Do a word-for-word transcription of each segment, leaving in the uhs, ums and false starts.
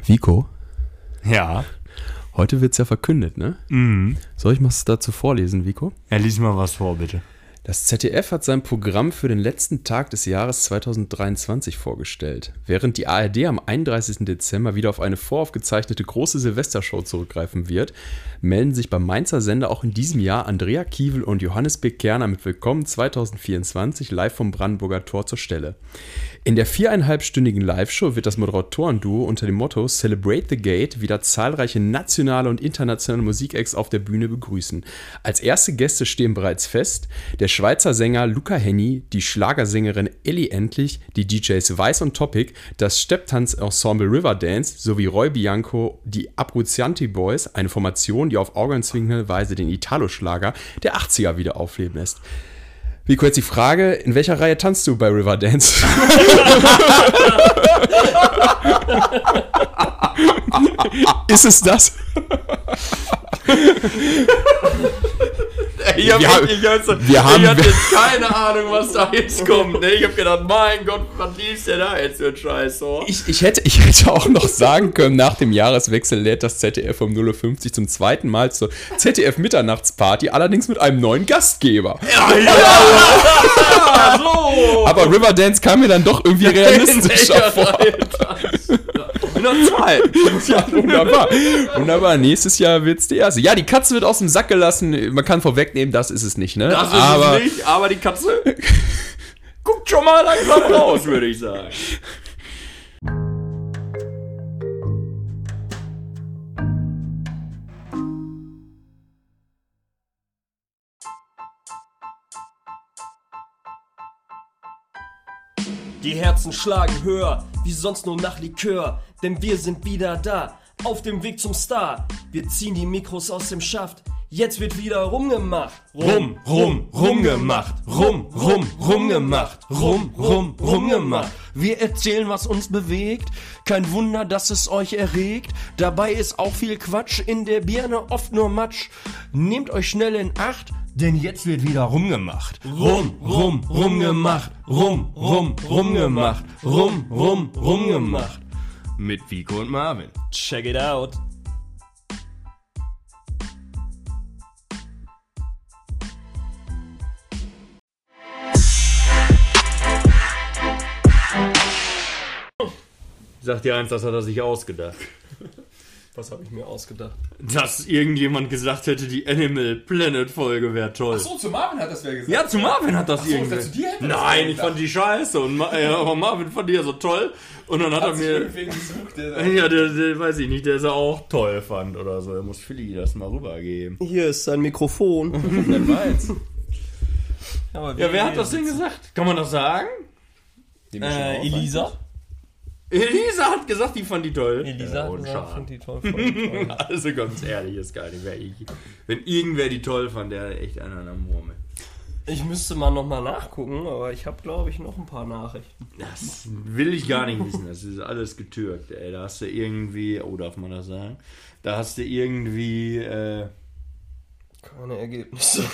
Vico, Ja. heute wird's ja verkündet, ne? Mhm. Soll ich was dazu vorlesen, Vico? Ja, lies mal was vor, bitte. Das Z D F hat sein Programm für den letzten Tag des Jahres zweitausenddreiundzwanzig vorgestellt. Während die A R D am einunddreißigsten Dezember wieder auf eine voraufgezeichnete große Silvestershow zurückgreifen wird, melden sich beim Mainzer Sender auch in diesem Jahr Andrea Kiewel und Johannes B. Kerner mit Willkommen zweitausendvierundzwanzig live vom Brandenburger Tor zur Stelle. In der viereinhalbstündigen Live-Show wird das Moderatorenduo unter dem Motto Celebrate the Gate wieder zahlreiche nationale und internationale Musikacts auf der Bühne begrüßen. Als erste Gäste stehen bereits fest der Schweizer Sänger Luca Henny, die Schlagersängerin Elli Endlich, die D Js Weiß und Topic, das Stepptanz-Ensemble Riverdance sowie Roy Bianco, die Abruzzanti Boys, eine Formation, die auf augenzwinkernde Weise den Italo-Schlager der achtziger wieder aufleben lässt. Vico, jetzt die Frage, in welcher Reihe tanzt du bei Riverdance? Ist es das? Ich, hab, Wir haben- ich, ich, hab, wir haben- ich hatte jetzt keine Ahnung, was da jetzt kommt. Ne? Ich hab gedacht, mein Gott, was liest der da jetzt für ein Scheiß? So? Ich, ich, hätte, ich hätte auch noch sagen können, nach dem Jahreswechsel lädt das Z D F um null Uhr fünfzig zum zweiten Mal zur Z D F-Mitternachtsparty, allerdings mit einem neuen Gastgeber. Ja, ja, so. Aber Riverdance kam mir dann doch irgendwie realistischer vor. In der Zeit. Ja, wunderbar. Wunderbar. Nächstes Jahr wird's die erste. Ja, die Katze wird aus dem Sack gelassen. Man kann vorwegnehmen, das ist es nicht, ne? Das ist aber, es nicht, aber die Katze guckt schon mal langsam raus, würde ich sagen. Die Herzen schlagen höher, wie sonst nur nach Likör, denn wir sind wieder da, auf dem Weg zum Star. Wir ziehen die Mikros aus dem Schaft, jetzt wird wieder rumgemacht. Rum, rum, rumgemacht, rum, rum, rumgemacht, rum, rum, rumgemacht. Wir erzählen, was uns bewegt, kein Wunder, dass es euch erregt. Dabei ist auch viel Quatsch, in der Birne oft nur Matsch. Nehmt euch schnell in Acht, denn jetzt wird wieder rumgemacht. Rum, rum, rumgemacht. Rum, rum, rumgemacht. Rum, rum, rumgemacht. Mit Vico und Marvin. Check it out. Sagt dir eins, das hat er sich ausgedacht. Was habe ich mir ausgedacht? Dass irgendjemand gesagt hätte, die Animal Planet Folge wäre toll. Achso, zu Marvin hat das wer gesagt. Ja, zu Marvin hat das Ach so, irgendwie. zu dir hätte das Nein, wer ich fand die scheiße. Und Ma ja, aber Marvin fand die ja so toll. Und dann hat, Hat er sich mir. irgendwen gesucht, der Ja, der, der weiß ich nicht, der es auch toll fand oder so. Er muss Philly das mal rübergeben. Hier ist sein Mikrofon. dann meins. Aber Ja, wer hat das denn gesagt? Kann man das sagen? Äh, Elisa. Elisa hat gesagt, die fand die toll. Elisa Ja, hat und gesagt, Schaden. fand die toll, fand die toll. Also ganz ehrlich, ist gar nicht. Wer ich, wenn irgendwer die toll fand, der hat echt einer am Murmel. Ich müsste mal nochmal nachgucken, aber ich habe, glaube ich, noch ein paar Nachrichten. Das will ich gar nicht wissen. Das ist alles getürkt, ey. Da hast du irgendwie, oh, darf man das sagen? Da hast du irgendwie, äh, Keine Ergebnisse.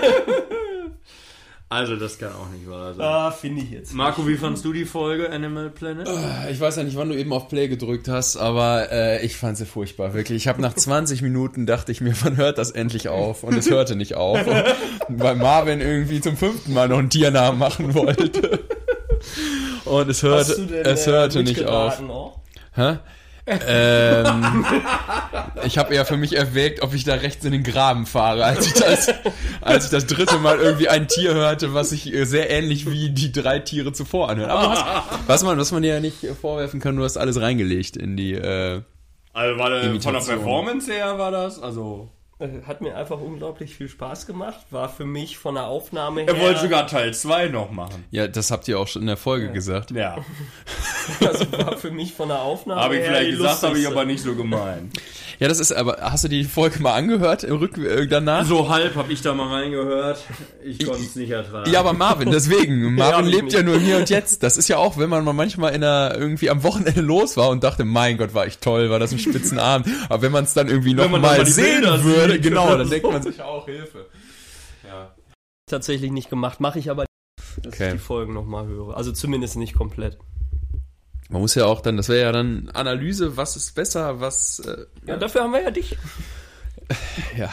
also das kann auch nicht wahr sein. Ah, finde ich jetzt. Marco, wie fandst du die Folge Animal Planet? Ich weiß ja nicht, wann du eben auf Play gedrückt hast, aber äh, ich fand sie furchtbar, wirklich. Ich habe nach zwanzig Minuten dachte ich mir, wann hört das endlich auf? Und es hörte nicht auf. Und weil Marvin irgendwie zum fünften Mal noch einen Tiernamen machen wollte. Und es hörte, Hast du denn, es äh, hörte nicht auf. mitgeraten auch? Hä? ähm, ich habe eher für mich erwägt, ob ich da rechts in den Graben fahre, als ich das, als ich das dritte Mal irgendwie ein Tier hörte, was sich äh, sehr ähnlich wie die drei Tiere zuvor anhört. Aber was, was man, was man dir ja nicht äh, vorwerfen kann, du hast alles reingelegt in die. Äh, Also war der, von der Imitation. Performance her war das, also... Äh, Hat mir einfach unglaublich viel Spaß gemacht. War für mich von der Aufnahme her... Er wollte sogar Teil zwei noch machen. ja, das habt ihr auch schon in der Folge gesagt. Ja. Also war für mich von der Aufnahme Habe ich her vielleicht die gesagt, habe ich lustigste. aber nicht so gemeint. Ja, das ist aber. Hast du die Folge mal angehört im Rück äh, danach? So halb habe ich da mal reingehört. Ich konnte es nicht ertragen. Ja, aber Marvin, deswegen. Marvin ich lebt nicht. ja nur hier und jetzt. Das ist ja auch, wenn man mal manchmal in einer, irgendwie am Wochenende los war und dachte, mein Gott, war ich toll, war das ein Spitzenabend. Aber wenn man es dann irgendwie noch Wenn man mal noch mal die sehen Bilder würde, sieht. genau, dann denkt man sich auch, Hilfe. Ja. Tatsächlich nicht gemacht. Mache ich aber, dass Okay. ich die Folgen nochmal höre. Also zumindest nicht komplett. Man muss ja auch dann, das wäre ja dann Analyse, was ist besser, was... Äh, Ja, dafür haben wir ja dich. ja.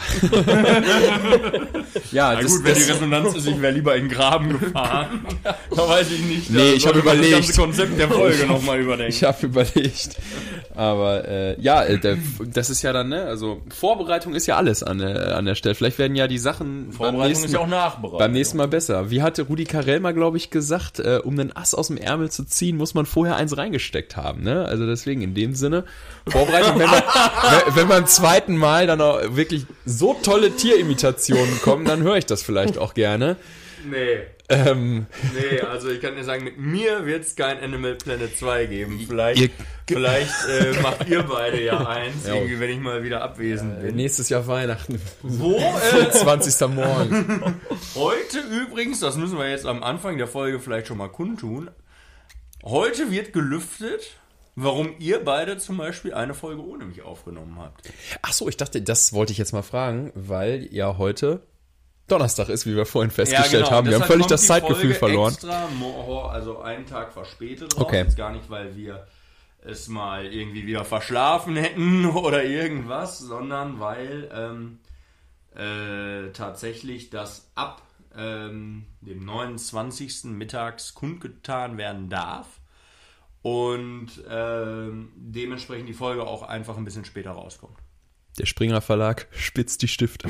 ja, Na das, gut, wenn das, die Resonanz ist, ich wäre lieber in den Graben gefahren. Da weiß ich nicht. Nee, da ich hab sollte man überlegt. Das ganze Konzept der Folge nochmal überdenken. Ich habe überlegt. Aber äh, ja, äh, der, das ist ja dann, ne, also Vorbereitung ist ja alles an, äh, an der Stelle. Vielleicht werden ja die Sachen beim Vorbereitung nächsten, ist ja auch Nachbereitung. beim nächsten Mal besser. Wie hatte Rudi Carell mal, glaube ich, gesagt, äh, um einen Ass aus dem Ärmel zu ziehen, muss man vorher eins reingesteckt haben. Ne? Also deswegen in dem Sinne, Vorbereitung, wenn, man, wenn, wenn beim zweiten Mal dann auch wirklich so tolle Tierimitationen kommen, dann höre ich das vielleicht auch gerne. Nee. Ähm, Nee, also ich kann dir sagen, mit mir wird es kein Animal Planet zwei geben. Vielleicht, Ihr- vielleicht äh, macht ihr beide ja eins, Ja. irgendwie, wenn ich mal wieder abwesend bin. nächstes Jahr Weihnachten. Wo? Äh, zwanzigster Morgen. heute übrigens, das müssen wir jetzt am Anfang der Folge vielleicht schon mal kundtun, heute wird gelüftet, warum ihr beide zum Beispiel eine Folge ohne mich aufgenommen habt. Ach so, ich dachte, das wollte ich jetzt mal fragen, weil ja heute Donnerstag ist, wie wir vorhin festgestellt haben. Wir haben Deshalb völlig kommt das die Zeitgefühl Folge verloren. Extra, mo- also einen Tag verspätet raus. Okay. Jetzt gar nicht, weil wir es mal irgendwie wieder verschlafen hätten oder irgendwas, sondern weil ähm, äh, tatsächlich das ab ähm, dem neunundzwanzigsten mittags kundgetan werden darf und ähm, dementsprechend die Folge auch einfach ein bisschen später rauskommt. Der Springer Verlag spitzt die Stifte.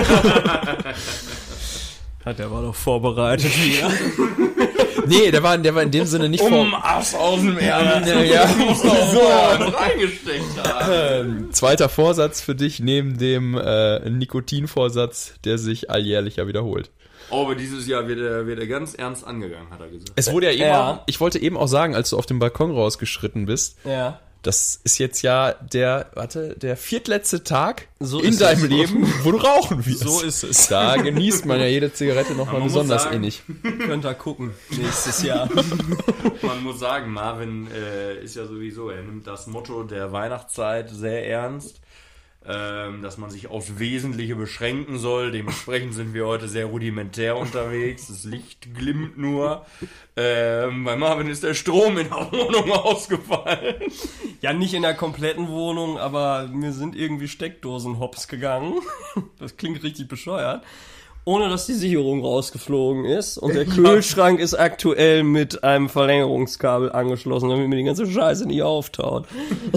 Hat der war doch vorbereitet hier. Nee, der war, der war in dem Sinne nicht vor... Ass aus dem Ärmel. Ja, so reingesteckt haben. Ähm, zweiter Vorsatz für dich neben dem äh, Nikotinvorsatz, der sich alljährlich ja wiederholt. Oh, aber dieses Jahr wird er, wird er ganz ernst angegangen, hat er gesagt. Es wurde ja eben Ja. auch, ich wollte eben auch sagen, als du auf dem Balkon rausgeschritten bist, Ja. das ist jetzt ja der, warte, der viertletzte Tag So in ist deinem es. Leben, wo du rauchen wirst. So ist es. Da genießt man ja jede Zigarette nochmal Man muss besonders sagen- innig. Könnt ihr gucken. Nächstes Jahr. Man muss sagen, Marvin äh, ist ja sowieso, er nimmt das Motto der Weihnachtszeit sehr ernst, ähm, dass man sich aufs Wesentliche beschränken soll. Dementsprechend sind wir heute sehr rudimentär unterwegs. Das Licht glimmt nur. Ähm, bei Marvin ist der Strom in der Wohnung ausgefallen. Ja, nicht in der kompletten Wohnung, aber mir sind irgendwie Steckdosen hops gegangen. Das klingt richtig bescheuert. Ohne dass die Sicherung rausgeflogen ist. Und der Kühlschrank ist aktuell mit einem Verlängerungskabel angeschlossen, damit mir die ganze Scheiße nicht auftaut.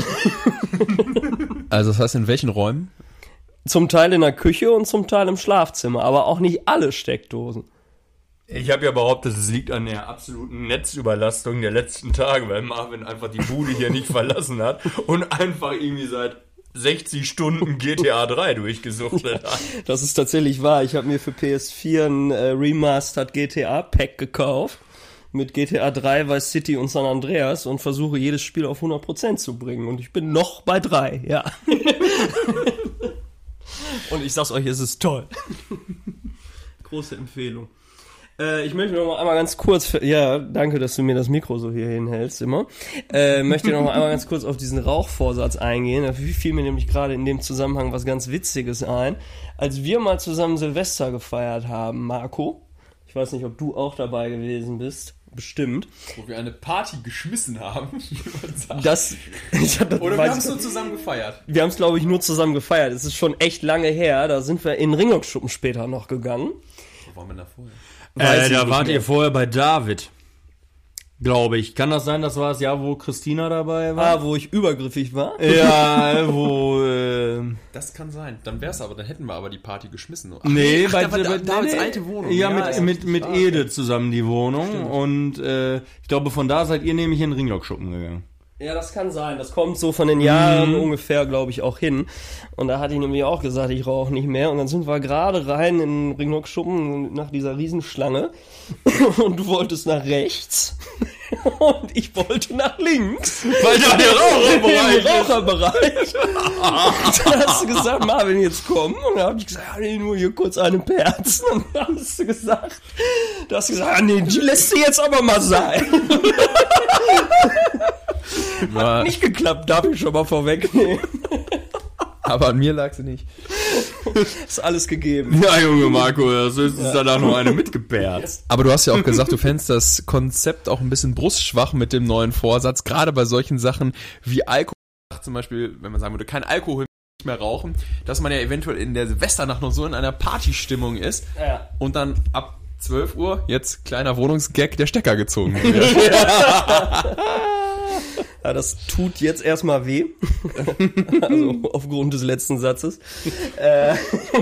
Also das heißt, in welchen Räumen? Zum Teil in der Küche und zum Teil im Schlafzimmer, aber auch nicht alle Steckdosen. Ich habe ja behauptet, es liegt an der absoluten Netzüberlastung der letzten Tage, weil Marvin einfach die Bude hier nicht verlassen hat und einfach irgendwie seit sechzig Stunden G T A drei durchgesuchtet hat. Das ist tatsächlich wahr. Ich habe mir für P S vier ein äh, Remastered G T A-Pack gekauft. Mit G T A drei, Vice City und San Andreas und versuche jedes Spiel auf hundert Prozent zu bringen. Und ich bin noch bei drei, ja. Und ich sag's euch, es ist toll. Große Empfehlung. Äh, ich möchte noch mal einmal ganz kurz, für, ja, danke, dass du mir das Mikro so hier hinhältst immer. Äh, möchte noch mal einmal ganz kurz auf diesen Rauchvorsatz eingehen. Da fiel mir nämlich gerade in dem Zusammenhang was ganz Witziges ein. Als wir mal zusammen Silvester gefeiert haben, Marco, ich weiß nicht, ob du auch dabei gewesen bist, bestimmt. Wo wir eine Party geschmissen haben. Das, ich hab das Oder wir weiß haben es ich- nur zusammen gefeiert. wir haben es, glaube ich, nur zusammen gefeiert. Es ist schon echt lange her. Da sind wir in Ringlockschuppen später noch gegangen. Wo waren wir da vorher? Weiß Äh, ich da nicht wart mehr. ihr vorher bei David. Glaube ich. Kann das sein, das war das Jahr, wo Christina dabei war? Ah, wo ich übergriffig war. Ja, wo... Äh, Das kann sein. Dann wär's aber, dann hätten wir aber die Party geschmissen. Ach, nee, ach, bei, da war bei, da- Davids nee, alte Wohnung. Ja, Ja, mit, ja, mit, mit ah, Ede zusammen die Wohnung. Und äh, ich glaube, von da seid ihr nämlich in den Ringlockschuppen gegangen. Ja, das kann sein. Das kommt so von den Jahren ungefähr, glaube ich, auch hin. Und da hatte ich nämlich auch gesagt, ich rauche nicht mehr. Und dann sind wir gerade rein in Ringlockschuppen nach dieser Riesenschlange. Und du wolltest nach rechts. Und ich wollte nach links. Weil da der Im Raucherbereich. Und dann hast du gesagt, Marvin, jetzt komm. Und dann habe ich gesagt, ja, nee, nur hier kurz eine Perzen. Und dann hast du gesagt, du hast gesagt, ah, nee, die lässt du jetzt aber mal sein. war, Nicht geklappt, darf ich schon mal vorwegnehmen. aber an mir lag sie nicht. Ist alles gegeben. Ja, Junge Marco, das ist ja. danach noch eine mitgeperzt. Aber du hast ja auch gesagt, du fändest das Konzept auch ein bisschen brustschwach mit dem neuen Vorsatz, gerade bei solchen Sachen wie Alkohol, zum Beispiel, wenn man sagen würde, kein Alkohol nicht mehr rauchen, dass man ja eventuell in der Silvesternacht noch so in einer Partystimmung ist Ja. und dann ab zwölf Uhr, jetzt kleiner Wohnungsgag, der Stecker gezogen wird. Ja, das tut jetzt erstmal weh. Also aufgrund des letzten Satzes. Äh,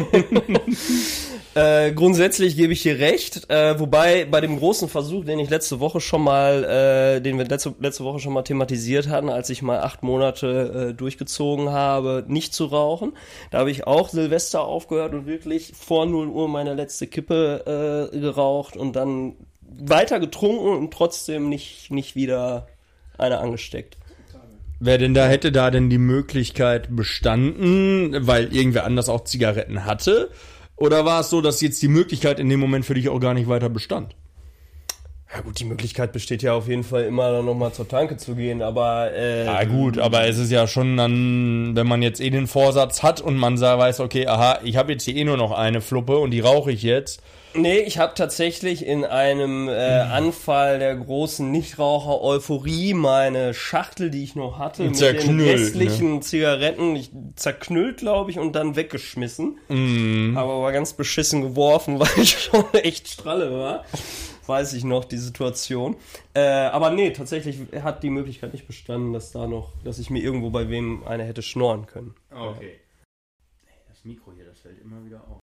äh, grundsätzlich gebe ich dir recht. Äh, wobei bei dem großen Versuch, den ich letzte Woche schon mal, äh, den wir letzte, letzte Woche schon mal thematisiert hatten, als ich mal acht Monate äh, durchgezogen habe, nicht zu rauchen, da habe ich auch Silvester aufgehört und wirklich vor null Uhr meine letzte Kippe äh, geraucht und dann weiter getrunken und trotzdem nicht, nicht wieder eine angesteckt. Wer denn da hätte da denn die Möglichkeit bestanden, weil irgendwer anders auch Zigaretten hatte? Oder war es so, dass jetzt die Möglichkeit in dem Moment für dich auch gar nicht weiter bestand? Ja gut, die Möglichkeit besteht ja auf jeden Fall immer dann nochmal zur Tanke zu gehen, aber äh, Ja gut, aber es ist ja schon dann, wenn man jetzt eh den Vorsatz hat und man weiß, okay, aha, ich habe jetzt hier eh nur noch eine Fluppe und die rauche ich jetzt. Nee, ich habe tatsächlich in einem äh, Anfall der großen Nichtraucher-Euphorie meine Schachtel, die ich noch hatte, mit den restlichen ne? Zigaretten ich zerknüllt, glaube ich, und dann weggeschmissen. Mm. Aber war ganz beschissen geworfen, weil ich schon echt stralle war. Weiß ich noch, die Situation. Äh, aber nee, tatsächlich hat die Möglichkeit nicht bestanden, dass da noch, dass ich mir irgendwo bei wem eine hätte schnorren können. Okay. Das Mikro hier, das fällt immer wieder auf.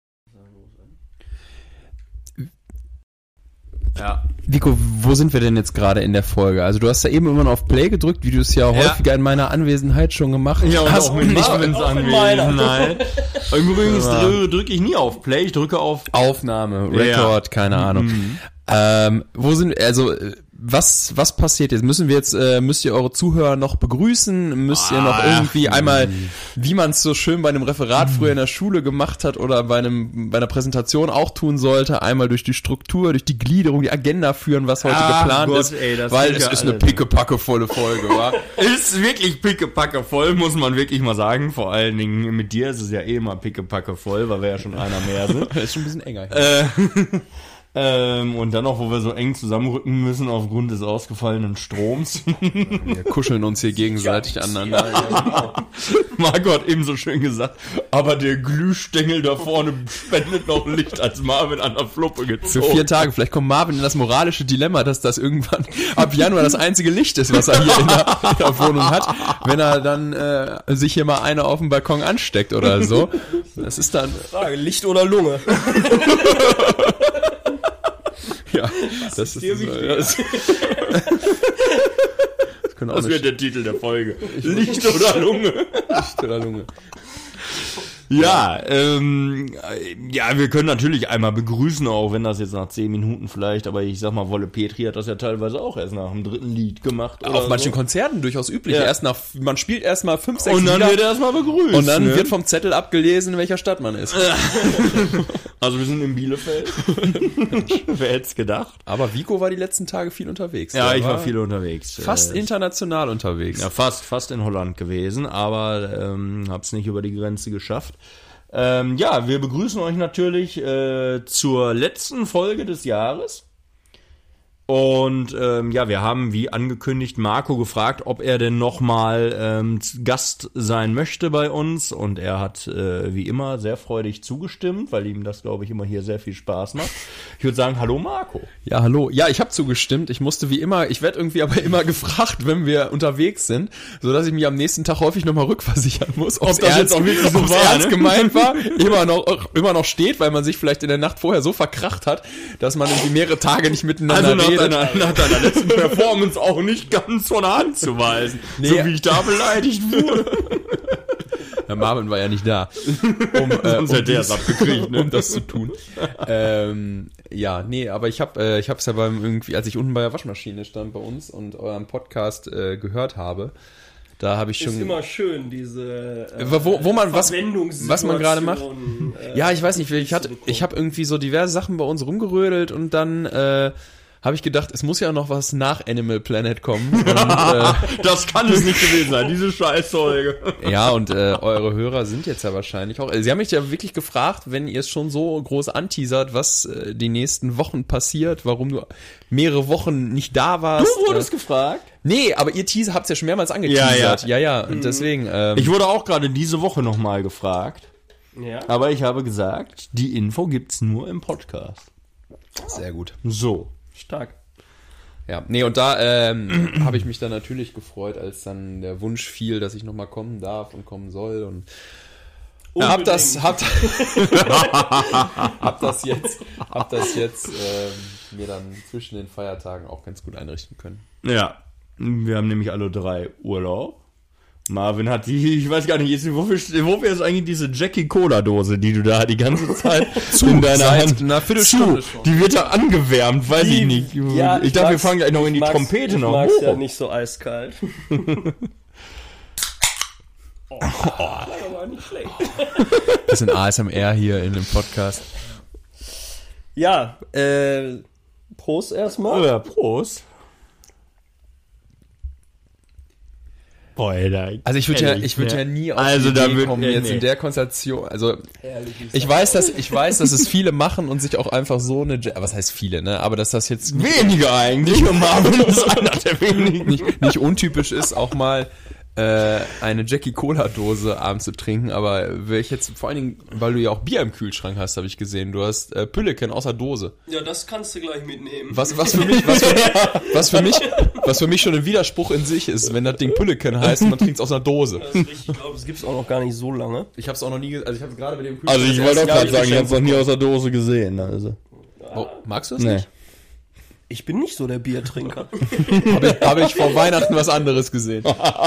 Ja. Vico, wo sind wir denn jetzt gerade in der Folge? Also du hast ja eben immer noch auf Play gedrückt, wie du es ja, ja. häufiger in meiner Anwesenheit schon gemacht ja, und hast. Auch mit Marvins Anwesenheit. Übrigens drücke drück ich nie auf Play, ich drücke auf Aufnahme, Record, ja. keine Ahnung. Mhm. Ähm, wo sind, also was was passiert jetzt? Müssen wir jetzt, äh, müsst ihr eure Zuhörer noch begrüßen? Müsst ihr noch irgendwie einmal, wie man es so schön bei einem Referat früher in der Schule gemacht hat oder bei einem bei einer Präsentation auch tun sollte, einmal durch die Struktur, durch die Gliederung, die Agenda führen, was heute Ach geplant Gott, ist, ey, weil es ist eine pickepackevolle Folge, wa? Ist wirklich pickepackevoll, muss man wirklich mal sagen. Vor allen Dingen mit dir ist es ja eh immer pickepackevoll, weil wir ja schon einer mehr sind. Das ist schon ein bisschen enger. Äh, Ähm, und dann noch, wo wir so eng zusammenrücken müssen aufgrund des ausgefallenen Stroms. Wir kuscheln uns hier gegenseitig ja, aneinander. Ja, genau. Marco hat eben so schön gesagt, aber der Glühstängel da vorne spendet noch Licht, als Marvin an der Fluppe gezogen. Für vier Tage. Vielleicht kommt Marvin in das moralische Dilemma, dass das irgendwann ab Januar das einzige Licht ist, was er hier in der, in der Wohnung hat, wenn er dann äh, sich hier mal eine auf dem Balkon ansteckt oder so. Das ist dann... Frage, Licht oder Lunge? Ja, das, das ist dir wichtig. Das, das, das wird der Titel der Folge. Licht oder Lunge? Licht oder Lunge. Ja, ähm, ja, wir können natürlich einmal begrüßen, auch wenn das jetzt nach zehn Minuten vielleicht, aber ich sag mal, Wolle Petri hat das ja teilweise auch erst nach dem dritten Lied gemacht. Auf manchen so. Konzerten durchaus üblich. Ja. Erst nach, man spielt erst mal fünf, sechs Und dann Lieder, wird er erstmal begrüßt. Und dann ne? wird vom Zettel abgelesen, in welcher Stadt man ist. Also wir sind in Bielefeld. Wer hätte es gedacht? Aber Vico war die letzten Tage viel unterwegs. Ja, ich war, war viel unterwegs. Fast äh, international unterwegs. Ja, fast, fast in Holland gewesen, aber ähm, hab's nicht über die Grenze geschafft. Ähm, ja, wir begrüßen euch natürlich äh, zur letzten Folge des Jahres. Und ähm, ja, wir haben, wie angekündigt, Marco gefragt, ob er denn nochmal ähm, Gast sein möchte bei uns. Und er hat, äh, wie immer, sehr freudig zugestimmt, weil ihm das, glaube ich, immer hier sehr viel Spaß macht. Ich würde sagen, hallo Marco. Ja, hallo. Ja, ich habe zugestimmt. Ich musste wie immer, ich werde irgendwie aber immer gefragt, wenn wir unterwegs sind, so dass ich mich am nächsten Tag häufig nochmal rückversichern muss, ob das ernst, jetzt auch wirklich so war, ernst ne? gemeint war, immer noch, immer noch steht, weil man sich vielleicht in der Nacht vorher so verkracht hat, dass man irgendwie mehrere Tage nicht miteinander also redet. Deiner, nach deiner letzten Performance auch nicht ganz von der Hand zu weisen. Nee. So wie ich da beleidigt wurde. Der Marvin war ja nicht da, um, äh, um, dies, abgekriegt, ne? um das zu tun. ähm, ja, nee, aber ich habe äh, ich hab's ja beim irgendwie, als ich unten bei der Waschmaschine stand bei uns und euren Podcast äh, gehört habe, da habe ich schon... Ist immer schön, diese äh, wo, wo man was, was man gerade macht. Äh, ja, ich weiß nicht, ich hatte, ich habe irgendwie so diverse Sachen bei uns rumgerödelt und dann... Äh, habe ich gedacht, es muss ja noch was nach Animal Planet kommen. Und, äh, das kann es nicht gewesen sein, diese Scheißfolge. ja, und äh, eure Hörer sind jetzt ja wahrscheinlich auch. Sie haben mich ja wirklich gefragt, wenn ihr es schon so groß anteasert, was äh, die nächsten Wochen passiert, warum du mehrere Wochen nicht da warst. Du wurdest äh, gefragt? Nee, aber ihr Teaser habt es ja schon mehrmals angeteasert. Ja, ja, ja. Und deswegen. Ähm, Ich wurde auch gerade diese Woche nochmal gefragt. Ja. Aber ich habe gesagt, die Info gibt's nur im Podcast. sehr gut. So. Stark. Ja, nee, und da ähm, habe ich mich dann natürlich gefreut, als dann der Wunsch fiel, dass ich nochmal kommen darf und kommen soll. Und ja, hab das, hab, hab das jetzt, hab das jetzt ähm, mir dann zwischen den Feiertagen auch ganz gut einrichten können. Ja. Wir haben nämlich alle drei Urlaub. Marvin hat die, ich weiß gar nicht, jetzt, wofür, wofür ist eigentlich diese Jackie-Cola-Dose, die du da die ganze Zeit in deiner seit Hand einer Viertelstunde zu. schon. Die wird da angewärmt, weiß ich nicht. Ja, ich dachte, wir fangen gleich noch in die mag's- Trompete ich noch mag's hoch. ja nicht so eiskalt. oh, das war aber nicht schlecht. Bisschen A S M R hier in dem Podcast. Ja, äh, Prost erstmal. Ja, Prost. Boah, Alter. Also ich würde ja, Ehrlich, ich würde ne? ja nie auf Also die da Idee würd- kommen, äh, jetzt nee. in der Konstellation, also ich weiß, dass ich weiß, dass es viele machen und sich auch einfach so eine, Ja- was heißt viele, ne? Aber dass das jetzt nicht, Weniger eigentlich. Und Marvin ist einer der wenigen. nicht, nicht untypisch ist, auch mal äh, eine Jackie Cola Dose abends zu trinken. Aber will ich jetzt vor allen Dingen, weil du ja auch Bier im Kühlschrank hast, habe ich gesehen. Du hast äh, Pülleken außer Dose. Ja, das kannst du gleich mitnehmen. Was, was für mich, was für, was für mich, was für mich schon ein Widerspruch in sich ist, wenn das Ding Pülleken heißt und man trinkt es aus einer Dose. Das ist richtig, ich glaube, das gibt's auch noch gar nicht so lange. Ich habe es auch noch nie, ge- also ich habe es gerade bei dem Kühlschrank. Also ich das wollte auch erste gerade Mal sagen, ich geschenkt habe es noch nie aus der Dose gesehen. Also. Oh, magst du es Nee. nicht? Ich bin nicht so der Biertrinker. Habe ich, hab ich vor Weihnachten was anderes gesehen.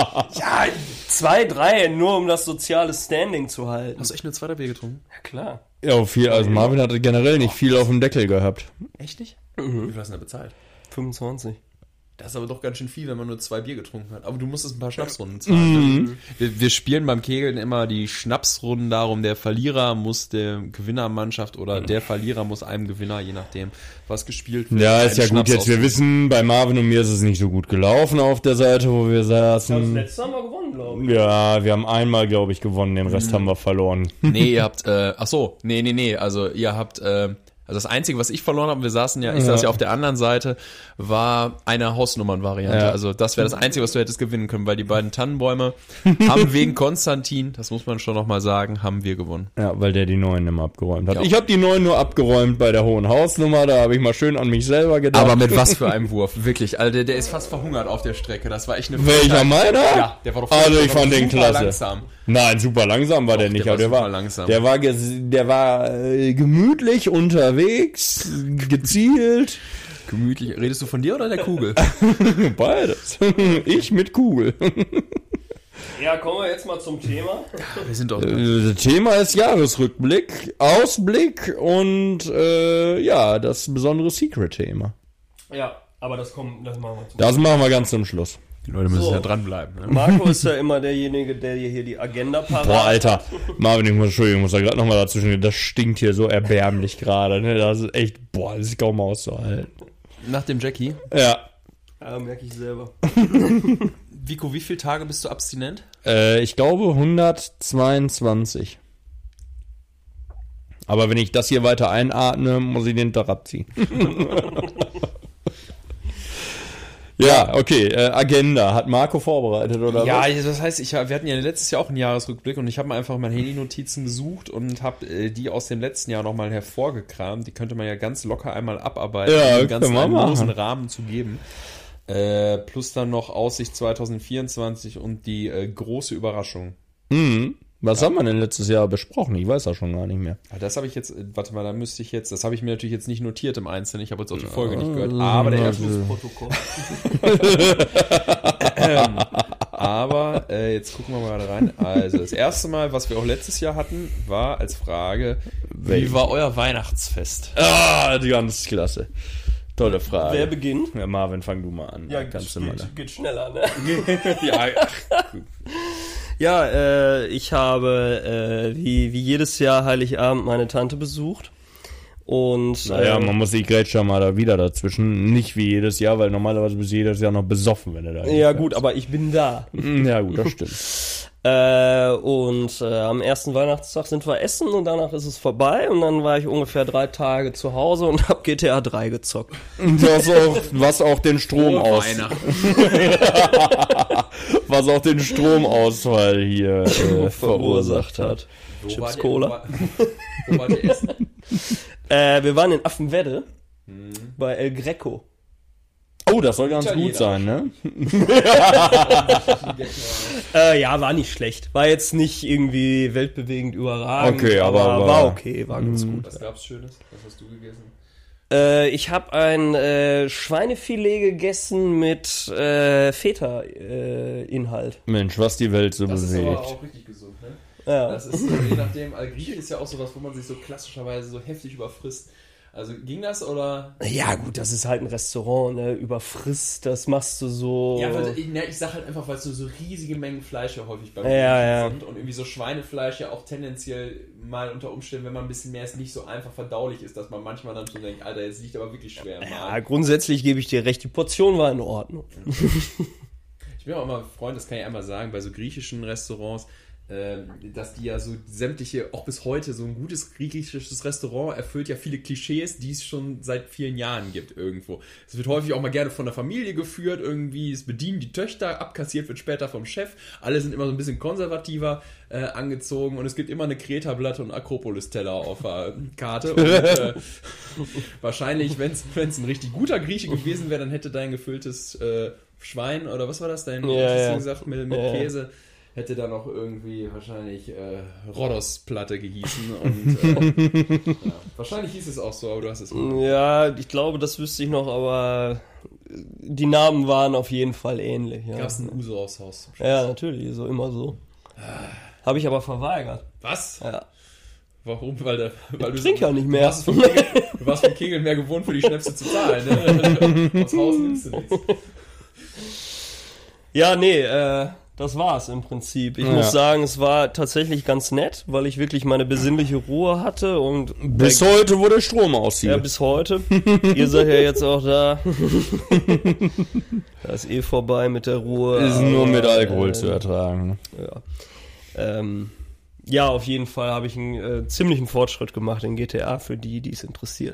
Ja, zwei, drei, nur um das soziale Standing zu halten. Hast du echt nur zwei Bier getrunken? Ja, klar. Ja, viel, also Marvin hatte generell nicht viel auf dem Deckel gehabt. Echt nicht? Wie viel hast du denn da bezahlt? fünfundzwanzig. Das ist aber doch ganz schön viel, wenn man nur zwei Bier getrunken hat. Aber du musstest ein paar Schnapsrunden zahlen. Ne? Wir, wir spielen beim Kegeln immer die Schnapsrunden darum, der Verlierer muss der Gewinnermannschaft oder der Verlierer muss einem Gewinner, je nachdem, was gespielt wird. Ja, einen ist ja gut. Schnaps Jetzt, wir aussuchen. wissen, bei Marvin und mir ist es nicht so gut gelaufen auf der Seite, wo wir Das saßen. letzte haben wir gewonnen, glaube ich. Ja, wir haben einmal, glaube ich, gewonnen, den Rest haben wir verloren. Nee, ihr habt, äh, ach so, nee, nee, nee, also ihr habt, äh, also das Einzige, was ich verloren habe, wir saßen ja, ich Ja. saß ja auf der anderen Seite, war eine Hausnummernvariante. Ja. Also das wäre das Einzige, was du hättest gewinnen können, weil die beiden Tannenbäume haben wegen Konstantin, das muss man schon nochmal sagen, haben wir gewonnen. Ja, weil der die neuen immer abgeräumt hat. Ja. Ich habe die neuen nur abgeräumt bei der hohen Hausnummer, da habe ich mal schön an mich selber gedacht. Aber mit was für einem Wurf, wirklich. Also der, der ist fast verhungert auf der Strecke, das war echt eine Welcher Frechheit. meiner? Ja, der war doch Also der ich war fand den super klasse. langsam. Nein, super langsam war Doch, der nicht, der aber der war war, super langsam. der war, ges- der war äh, gemütlich unterwegs, gezielt, Gemütlich. Redest du von dir oder der Kugel? beides. Ich mit Kugel. Ja, kommen wir jetzt mal zum Thema. Wir sind doch... Äh, Das Thema ist Jahresrückblick, Ausblick und äh, ja, das besondere Secret-Thema. Ja, aber das kommt, das machen wir zum Das machen wir ganz zum Schluss. Die Leute müssen So. ja dranbleiben. Ne? Marco ist ja immer derjenige, der dir hier die Agenda parat Boah, Alter, Marvin, ich muss, Entschuldigung, ich muss da gerade nochmal dazwischen, das stinkt hier so erbärmlich gerade, ne? Das ist echt, boah, das ist kaum auszuhalten. Nach dem Jackie. Ja, Ja, merke ich selber. Vico, wie viele Tage bist du abstinent? äh, ich glaube hundertzweiundzwanzig. Aber wenn ich das hier weiter einatme, muss ich den Tag abziehen. Ja, okay, äh, Agenda. Hat Marco vorbereitet, oder Ja, was? das heißt, ich, wir hatten ja letztes Jahr auch einen Jahresrückblick und ich habe mir einfach meine Handy-Notizen gesucht und habe äh, die aus dem letzten Jahr nochmal hervorgekramt. Die könnte man ja ganz locker einmal abarbeiten, Ja, um den ganzen können wir einen losen machen. Rahmen zu geben. Äh, plus dann noch Aussicht zwanzig vierundzwanzig und die äh, große Überraschung. Hm. Was haben wir denn letztes Jahr besprochen? Ich weiß das schon gar nicht mehr. Ah, das habe ich jetzt, äh, warte mal, da müsste ich jetzt, das habe ich mir natürlich jetzt nicht notiert im Einzelnen, ich habe jetzt auch die Folge nicht gehört, aber der erste Protokoll. Aber äh, jetzt gucken wir mal gerade rein. Also das erste Mal, was wir auch letztes Jahr hatten, war als Frage, wie Welches? war euer Weihnachtsfest? Ah, ganz klasse. Tolle Frage. Wer beginnt? Ja, Marvin, fang du mal an. Ja, kannst du geht, mal. da. geht schneller, ne? Ja, Ja, äh, ich habe äh, wie, wie jedes Jahr Heiligabend meine Tante besucht. Und Naja, äh, man muss sich grätschen mal da wieder dazwischen. Nicht wie jedes Jahr, weil normalerweise bist du jedes Jahr noch besoffen, wenn du da ja hinfährst. gut, aber ich bin da. Ja gut, das stimmt. Äh, und äh, am ersten Weihnachtstag sind wir essen und danach ist es vorbei und dann war ich ungefähr drei Tage zu Hause und hab G T A drei gezockt. Was auch, was auch den Strom aus, was auch den Stromausfall hier äh, verursacht hat. Wo Chips war der- Cola. Wo war, wo war der Essen? Äh, wir waren in Affenwedde Hm. bei El Greco. Oh, das soll ganz Italiener. gut sein, ne? Äh, ja, war nicht schlecht. War jetzt nicht irgendwie weltbewegend überragend, Okay, aber war, war- war okay, war ganz gut. Was gab's Schönes? Was hast du gegessen? Äh, ich habe ein äh, Schweinefilet gegessen mit äh, Feta-Inhalt. Mensch, was die Welt so Das ist bewegt. aber auch richtig gesund, ne? Ja. Das ist, je nachdem, also Grieche ist ja auch sowas, wo man sich so klassischerweise so heftig überfrisst. Also ging das oder? Ja gut, das ist halt ein Restaurant, ne? Überfrisst, das machst du so. Ja, also ich, ne, ich sag halt einfach, weil es so, so riesige Mengen Fleisch ja häufig beim Ja, Griechen ja. sind und irgendwie so Schweinefleisch ja auch tendenziell mal unter Umständen, wenn man ein bisschen mehr ist, nicht so einfach verdaulich ist, dass man manchmal dann schon denkt, Alter, jetzt liegt aber wirklich schwer im Ja, Magen. grundsätzlich gebe ich dir recht, die Portion war in Ordnung. Ich bin auch immer Freund, das kann ich einmal sagen, bei so griechischen Restaurants, ähm, dass die ja so sämtliche, auch bis heute, so ein gutes griechisches Restaurant erfüllt ja viele Klischees, die es schon seit vielen Jahren gibt irgendwo. Es wird häufig auch mal gerne von der Familie geführt, irgendwie, es bedienen die Töchter, abkassiert wird später vom Chef, alle sind immer so ein bisschen konservativer äh, angezogen und es gibt immer eine Kreta-Blatte und Akropolis-Teller auf der Karte und äh, wahrscheinlich, wenn es ein richtig guter Grieche gewesen wäre, dann hätte dein gefülltes äh, Schwein oder was war das, dein Ja, was hast du ja. gesagt, mit, mit Ja. Käse, hätte dann auch irgendwie wahrscheinlich äh, Rhodos-Platte gehießen und äh, ja. Wahrscheinlich hieß es auch so, aber du hast es Ja, ich glaube, das wüsste ich noch, aber die Namen waren auf jeden Fall ähnlich. Ja, gab es ein Uso aufs Haus zum Schluss. ja natürlich, so immer so. Habe ich aber verweigert. Was? Ja. Warum? Weil, der, weil Ich trinke ja nicht mehr. Du warst, vom Kegel, du warst vom Kegeln mehr gewohnt, für die Schnäpse zu zahlen. Ne? Aufs Haus nimmst du nichts. Ja, nee, äh, das war's im Prinzip. Ich Ja. muss sagen, es war tatsächlich ganz nett, weil ich wirklich meine besinnliche Ruhe hatte und Bis heute, wo der Strom aussieht. ja, bis heute. Ihr seid ja jetzt auch da. Da ist eh vorbei mit der Ruhe. ist nur mit aber, Alkohol äh, zu ertragen. Ja. Ähm, ja, auf jeden Fall habe ich einen äh, ziemlichen Fortschritt gemacht in G T A für die, die es interessiert.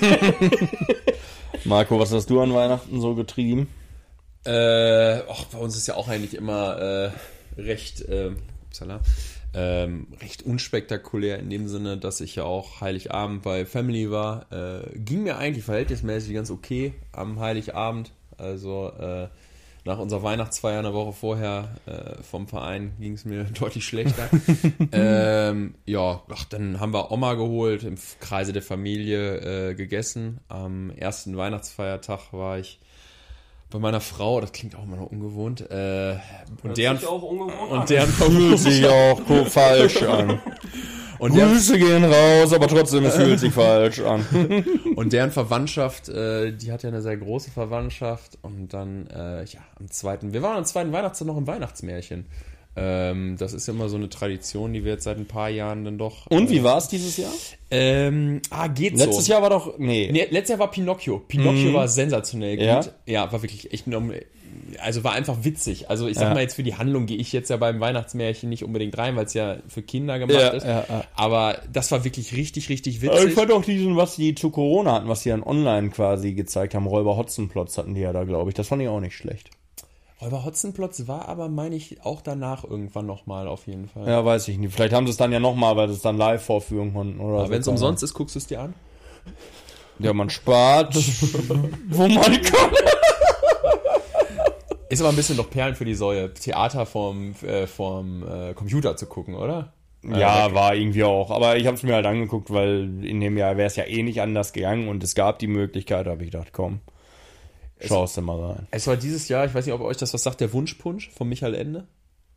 Marco, was hast du an Weihnachten so getrieben? Äh, ach, bei uns ist ja auch eigentlich immer äh, recht, äh, upsala, ähm, recht unspektakulär in dem Sinne, dass ich ja auch Heiligabend bei Family war. Äh, ging mir eigentlich verhältnismäßig ganz okay am Heiligabend. Also äh, nach unserer Weihnachtsfeier eine Woche vorher äh, vom Verein ging es mir deutlich schlechter. ähm, ja, ach, dann haben wir Oma geholt, im Kreise der Familie äh, gegessen. Am ersten Weihnachtsfeiertag war ich bei meiner Frau, das klingt auch immer noch ungewohnt, äh, und deren, auch ungewohnt und deren Fühlt sich auch ko- falsch an. und deren, Grüße gehen raus, aber trotzdem, es fühlt sich falsch an. und deren Verwandtschaft, äh, die hat ja eine sehr große Verwandtschaft und dann, äh, ja, am zweiten, wir waren am zweiten Weihnachtstag noch im Weihnachtsmärchen. Ähm, das ist ja immer so eine Tradition, die wir jetzt seit ein paar Jahren dann doch... Und wie äh, war es dieses Jahr? Ähm, ah, geht so. Letztes Jahr war doch, nee. Nee, letztes Jahr war Pinocchio. Pinocchio Mhm. war sensationell gut. Ja? Ja, war wirklich echt nur, also war einfach witzig. Also ich sag Ja. mal jetzt für die Handlung gehe ich jetzt ja beim Weihnachtsmärchen nicht unbedingt rein, weil es ja für Kinder gemacht Ja, ist. ja, ja. Aber das war wirklich richtig, richtig Aber ich witzig. fand auch diesen, was die zu Corona hatten, was die dann online quasi gezeigt haben, Räuber Hotzenplotz hatten die ja da, glaube ich. Das fand ich auch nicht schlecht. Räuber Hotzenplotz war aber, meine ich, auch danach irgendwann nochmal auf jeden Fall. Ja, weiß ich nicht. Vielleicht haben sie es dann ja nochmal, weil sie es dann live vorführen konnten. Oder Aber so. wenn es umsonst ist, guckst du es dir an? Ja, man spart, wo man kann. Ist aber ein bisschen doch Perlen für die Säue, Theater vom, äh, vom äh, Computer zu gucken, oder? Ja, war irgendwie auch. Aber ich habe es mir halt angeguckt, weil in dem Jahr wäre es ja eh nicht anders gegangen und es gab die Möglichkeit, da habe ich gedacht, komm, schaust du mal rein. Es war dieses Jahr, ich weiß nicht, ob euch das was sagt, der Wunschpunsch von Michael Ende.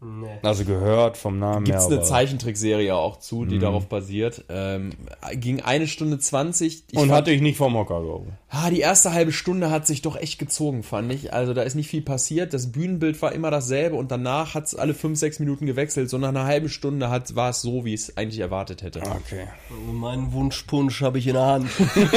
Nee. Also gehört vom Namen Gibt es her. eine aber- Zeichentrickserie auch zu, die darauf basiert. Ähm, ging eine Stunde zwanzig. Ich Und fand- hatte ich nicht vom Hocker gehoben. Ah, die erste halbe Stunde hat sich doch echt gezogen, fand ich. Also da ist nicht viel passiert. Das Bühnenbild war immer dasselbe und danach hat es alle fünf, sechs Minuten gewechselt. So nach einer halben Stunde hat, war es so, wie ich es eigentlich erwartet hätte. Okay. Also meinen Wunschpunsch habe ich in der Hand.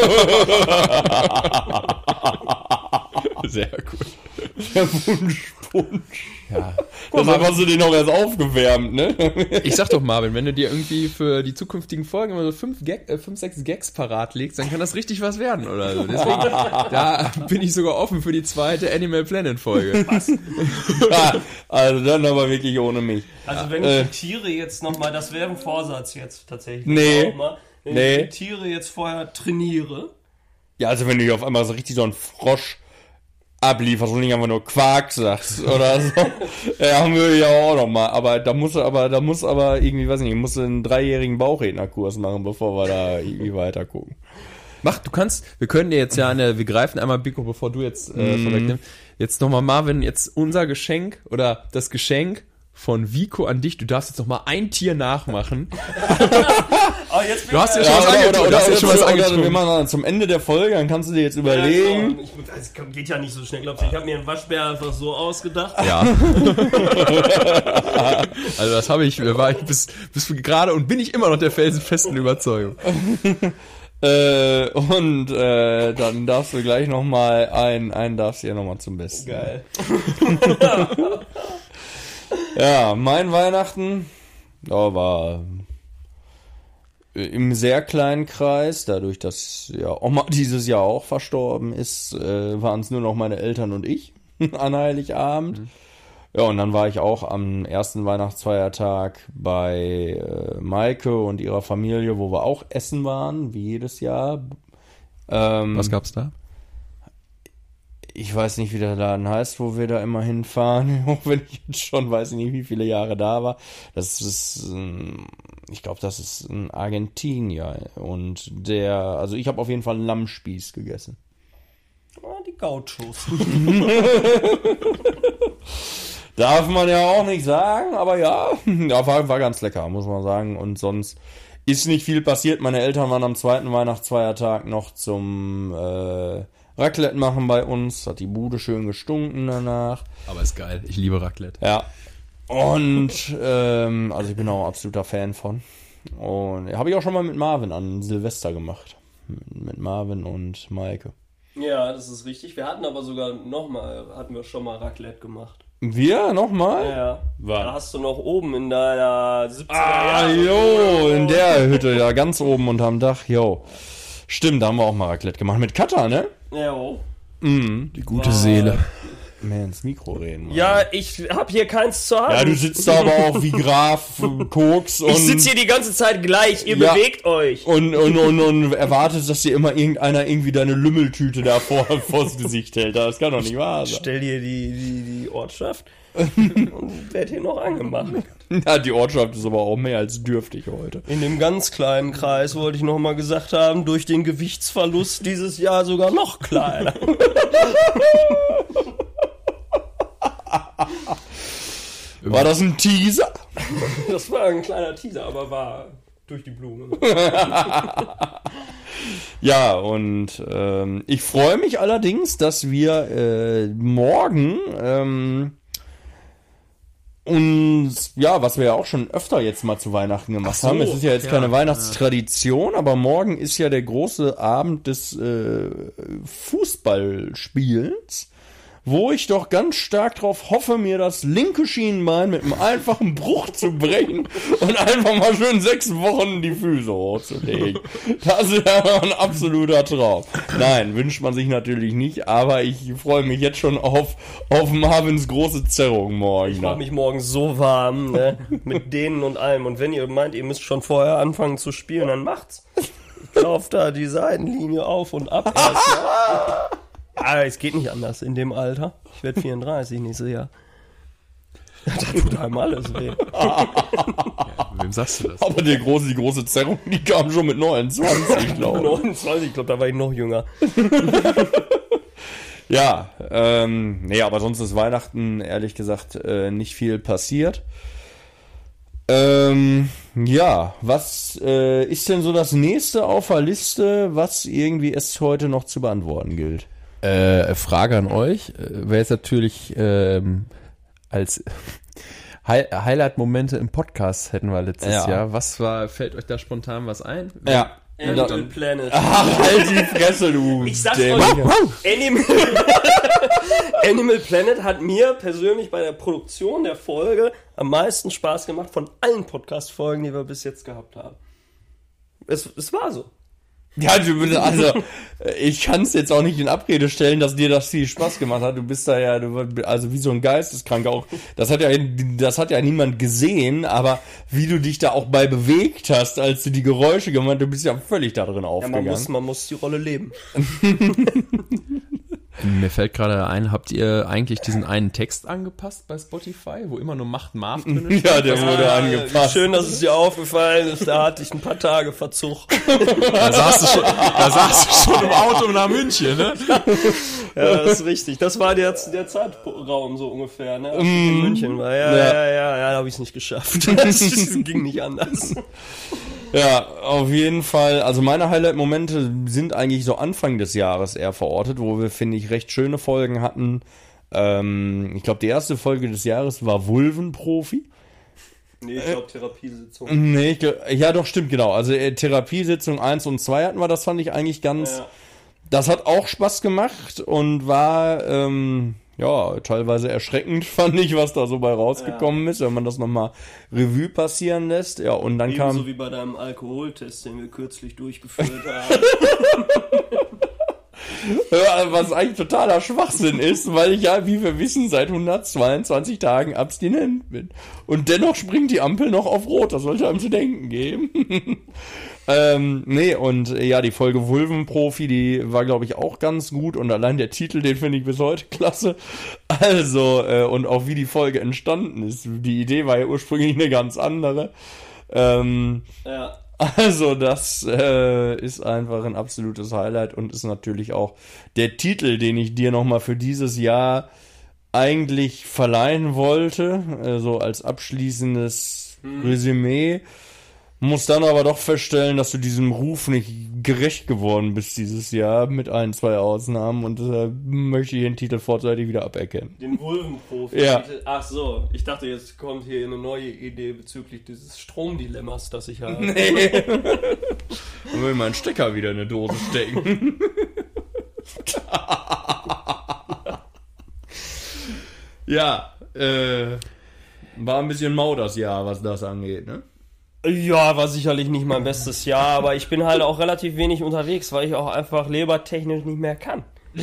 Sehr gut. Der Wunschpunsch. Ja. Das hast du den noch erst aufgewärmt, ne? Ich sag doch, Marvin, wenn du dir irgendwie für die zukünftigen Folgen immer so fünf, Gag, äh, fünf sechs Gags parat legst, dann kann das richtig was werden oder so. Deswegen, da bin ich sogar offen für die zweite Animal Planet Folge. Ja, also dann aber wirklich ohne mich. Also wenn ich Äh. die Tiere jetzt nochmal, das wäre ein Vorsatz jetzt tatsächlich. Nee. Auch mal, wenn Nee. ich die Tiere jetzt vorher trainiere. Ja, also wenn du hier auf einmal so richtig so einen Frosch ablieferst und nicht einfach nur Quark sagst oder so. Ja, haben wir ja auch noch mal. Aber da muss aber, da muss aber irgendwie, weiß ich nicht, musst du einen dreijährigen Bauchrednerkurs machen, bevor wir da irgendwie weiter gucken. Mach, du kannst, wir können dir jetzt ja eine, wir greifen einmal Biko, bevor du jetzt äh, vorwegnimmst. Jetzt nochmal Marvin, jetzt unser Geschenk oder das Geschenk von Vico an dich. Du darfst jetzt nochmal ein Tier nachmachen. Oh, jetzt bin Du hast ja ich- schon was angetrunken. Du hast ja schon was oder wir angetrunken. machen dann zum Ende der Folge, dann kannst du dir jetzt Ja, überlegen. ich, das geht ja nicht so schnell, glaubst du. Ich habe mir einen Waschbär einfach so ausgedacht. Ja. Also das habe ich, war ich bis, bis gerade und bin ich immer noch der felsenfesten Überzeugung. Äh, und äh, dann darfst du gleich nochmal einen, einen darfst du ja nochmal zum Besten. Geil. Ja, mein Weihnachten ja, war im sehr kleinen Kreis, dadurch, dass ja Oma dieses Jahr auch verstorben ist, äh, waren es nur noch meine Eltern und ich an Heiligabend. Mhm. Ja, und dann war ich auch am ersten Weihnachtsfeiertag bei äh, Maike und ihrer Familie, wo wir auch essen waren, wie jedes Jahr. Ähm, Was gab's da? Ich weiß nicht, wie der Laden heißt, wo wir da immer hinfahren, auch wenn ich jetzt schon weiß nicht, wie viele Jahre da war. Das ist, ähm, ich glaube, das ist ein Argentinier. Und der, also ich habe auf jeden Fall einen Lammspieß gegessen. Oh, die Gauchos. Darf man ja auch nicht sagen, aber ja, ja war, war ganz lecker, muss man sagen. Und sonst ist nicht viel passiert. Meine Eltern waren am zweiten Weihnachtsfeiertag noch zum äh, Raclette machen bei uns. Hat die Bude schön gestunken danach. Aber ist geil. Ich liebe Raclette. Ja. Und, ähm, also ich bin auch absoluter Fan von. Und habe ich auch schon mal mit Marvin an Silvester gemacht. Mit Marvin und Maike. Ja, das ist richtig. Wir hatten aber sogar nochmal, hatten wir schon mal Raclette gemacht. Wir nochmal? Ja. Wann? Da hast du noch oben in deiner siebziger Ah, Jahre- jo, in der Hütte, ja, ganz oben unterm Dach, jo. Stimmt, da haben wir auch mal Raclette gemacht. Mit Katha, ne? Ja, oh. Mhm. Die gute Seele. Mehr ins Mikro reden. Mann. Ja, ich hab hier keins zu haben. Ja, du sitzt da aber auch wie Graf Koks und, ich sitze hier die ganze Zeit gleich, ihr Ja. bewegt euch. und, und, und, und erwartest, dass dir immer irgendeiner irgendwie deine Lümmeltüte da vor, vors Gesicht hält. Das kann doch nicht wahr sein. Stell dir die, die, die Ortschaft und werd hier noch angemacht. Ja, die Ortschaft ist aber auch mehr als dürftig heute. In dem ganz kleinen Kreis wollte ich noch mal gesagt haben, durch den Gewichtsverlust dieses Jahr sogar noch kleiner. War das ein Teaser? Das war ein kleiner Teaser, aber war durch die Blume. Ja, und ähm, ich freue mich allerdings, dass wir äh, morgen ähm, uns, ja, was wir ja auch schon öfter jetzt mal zu Weihnachten gemacht so, haben. Es ist ja jetzt ja, keine Weihnachtstradition, aber morgen ist ja der große Abend des äh, Fußballspielens, wo ich doch ganz stark drauf hoffe, mir das linke Schienbein mit einem einfachen Bruch zu brechen und einfach mal schön sechs Wochen die Füße hochzulegen. Das wäre ein absoluter Traum. Nein, wünscht man sich natürlich nicht, aber ich freue mich jetzt schon auf, auf Marvins große Zerrung morgen. Ich mache mich morgen so warm, ne? Mit denen und allem. Und wenn ihr meint, ihr müsst schon vorher anfangen zu spielen, dann macht's. Ich lauf da die Seitenlinie auf und ab erstmal. Ja, es geht nicht anders in dem Alter. Ich werde vierunddreißig nächstes Jahr. Da tut einem alles weh. Wem sagst du das? Aber der große, die große Zerrung, die kam schon mit neunundzwanzig, glaube ich. neunundzwanzig, ich glaube, da war ich noch jünger. Ja, ähm, nee, aber sonst ist Weihnachten, ehrlich gesagt, äh, nicht viel passiert. Ähm, ja, was äh, ist denn so das nächste auf der Liste, was irgendwie es heute noch zu beantworten gilt? Äh, Frage an euch. Wäre jetzt natürlich ähm, als Hi- Highlight-Momente im Podcast hätten wir letztes Ja. Jahr. Was war, fällt euch da spontan was ein? Ja. Animal Planet. Ach, halt die Fresse, du. Ich sag's Dämon. euch, Animal, Animal Planet hat mir persönlich bei der Produktion der Folge am meisten Spaß gemacht von allen Podcast-Folgen, die wir bis jetzt gehabt haben. Es, es war so. Ja, du bist, also, ich kann es jetzt auch nicht in Abrede stellen, dass dir das viel Spaß gemacht hat. Du bist da ja, du, also wie so ein Geisteskranker auch. Das hat ja, das hat ja niemand gesehen, aber wie du dich da auch bei bewegt hast, als du die Geräusche gemacht hast, du bist ja völlig da drin Ja, aufgegangen. man muss, man muss die Rolle leben. Mir fällt gerade ein, habt ihr eigentlich diesen einen Text angepasst bei Spotify, wo immer nur Macht Marv drin ist? Ja, der wurde angepasst. Schön, dass es dir aufgefallen ist. Da hatte ich ein paar Tage Verzug. Da saß du schon, da saß du schon im Auto nach München, ne? Ja, das ist richtig. Das war der, der Zeitraum so ungefähr, ne? Als ich in München war. Ja, Ja. ja, ja, ja, ja da habe ich es nicht geschafft. Das ging nicht anders. Ja, auf jeden Fall. Also meine Highlight-Momente sind eigentlich so Anfang des Jahres eher verortet, wo wir, finde ich, recht schöne Folgen hatten. Ähm, ich glaube, die erste Folge des Jahres war Vulvenprofi. Nee, ich glaube Therapiesitzung. Nee, ich glaub, ja doch, stimmt, genau. Also äh, Therapiesitzung eins und zwei hatten wir, das fand ich eigentlich ganz... Ja. Das hat auch Spaß gemacht und war, ähm, ja, teilweise erschreckend, fand ich, was da so bei rausgekommen ist, wenn man das nochmal Revue passieren lässt. Ja, und dann kam... Ebenso wie bei deinem Alkoholtest, den wir kürzlich durchgeführt haben. Ja, was eigentlich totaler Schwachsinn ist, weil ich ja, wie wir wissen, seit hundertzweiundzwanzig Tagen abstinent bin. Und dennoch springt die Ampel noch auf Rot, das sollte einem zu denken geben. ähm, nee, und äh, ja, die Folge Vulvenprofi, die war, glaube ich, auch ganz gut und allein der Titel, den finde ich bis heute klasse. Also, äh, und auch wie die Folge entstanden ist. Die Idee war ja ursprünglich eine ganz andere. Ähm, Ja. Also das äh, ist einfach ein absolutes Highlight und ist natürlich auch der Titel, den ich dir nochmal für dieses Jahr eigentlich verleihen wollte, äh, so als abschließendes Resümee. Muss dann aber doch feststellen, dass du diesem Ruf nicht gerecht geworden bist dieses Jahr, mit ein, zwei Ausnahmen, und deshalb möchte ich den Titel vorzeitig wieder aberkennen. Den Vulvenprofi. Ja. Ach so, ich dachte, jetzt kommt hier eine neue Idee bezüglich dieses Stromdilemmas, das ich habe. Nee. Und will meinen Stecker wieder in eine Dose stecken. Ja, äh, war ein bisschen mau das Jahr, was das angeht, ne? Ja, war sicherlich nicht mein bestes Jahr, aber ich bin halt auch relativ wenig unterwegs, weil ich auch einfach lebertechnisch nicht mehr kann.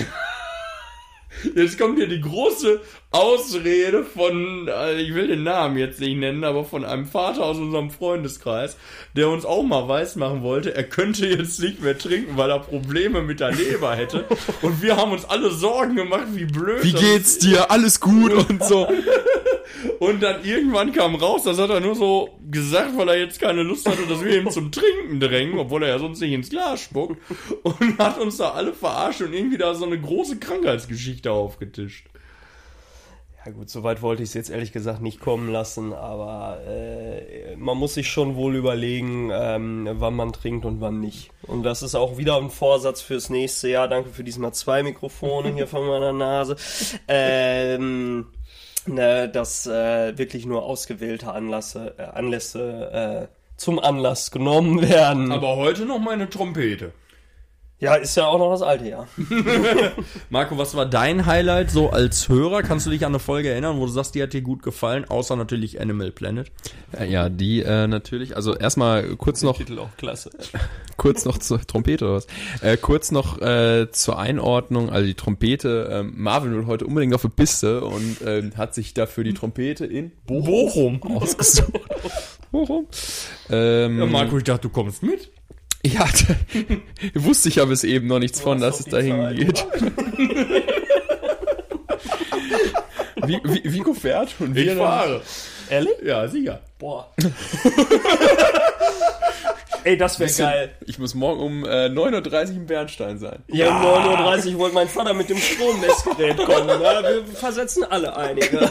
Jetzt kommt hier die große Ausrede von, äh, ich will den Namen jetzt nicht nennen, aber von einem Vater aus unserem Freundeskreis, der uns auch mal weismachen wollte, er könnte jetzt nicht mehr trinken, weil er Probleme mit der Leber hätte. Und wir haben uns alle Sorgen gemacht, wie blöd. Wie das geht's dir? Alles gut und so. Und dann irgendwann kam raus, das hat er nur so gesagt, weil er jetzt keine Lust hatte, dass wir ihm zum Trinken drängen, obwohl er ja sonst nicht ins Glas spuckt. Und hat uns da alle verarscht und irgendwie da so eine große Krankheitsgeschichte aufgetischt. Ja gut, soweit wollte ich es jetzt ehrlich gesagt nicht kommen lassen, aber äh, man muss sich schon wohl überlegen, ähm, wann man trinkt und wann nicht. Und das ist auch wieder ein Vorsatz fürs nächste Jahr. Danke für diesmal zwei Mikrofone hier von meiner Nase. Ähm... Ne, dass äh, wirklich nur ausgewählte Anlässe, äh, Anlässe äh, zum Anlass genommen werden. Aber heute noch meine Trompete. Ja, ist ja auch noch das alte Jahr. Marco, was war dein Highlight so als Hörer? Kannst du dich an eine Folge erinnern, wo du sagst, die hat dir gut gefallen, außer natürlich Animal Planet? Ja, die äh, natürlich. Also erstmal kurz noch, Titel auch klasse. kurz noch zur Trompete oder was? Äh, kurz noch äh, zur Einordnung. Also die Trompete. Äh, Marvin will heute unbedingt auf eine Piste und äh, hat sich dafür die Trompete in Bochum, Bochum. ausgesucht. Bochum. Ähm, Ja, Marco, ich dachte, du kommst mit. Ja, wusste ich ja bis eben noch nichts von, dass es dahin Zeit, geht. Wie, wie, Vico fährt und wir Ich dann- fahre. Ehrlich? Ja, sicher. Boah. Ey, das wäre geil. Ich muss morgen um äh, neun Uhr dreißig im Bernstein sein. Ja, um neun Uhr dreißig wollte mein Vater mit dem Strommessgerät kommen. Ja, wir versetzen alle einige.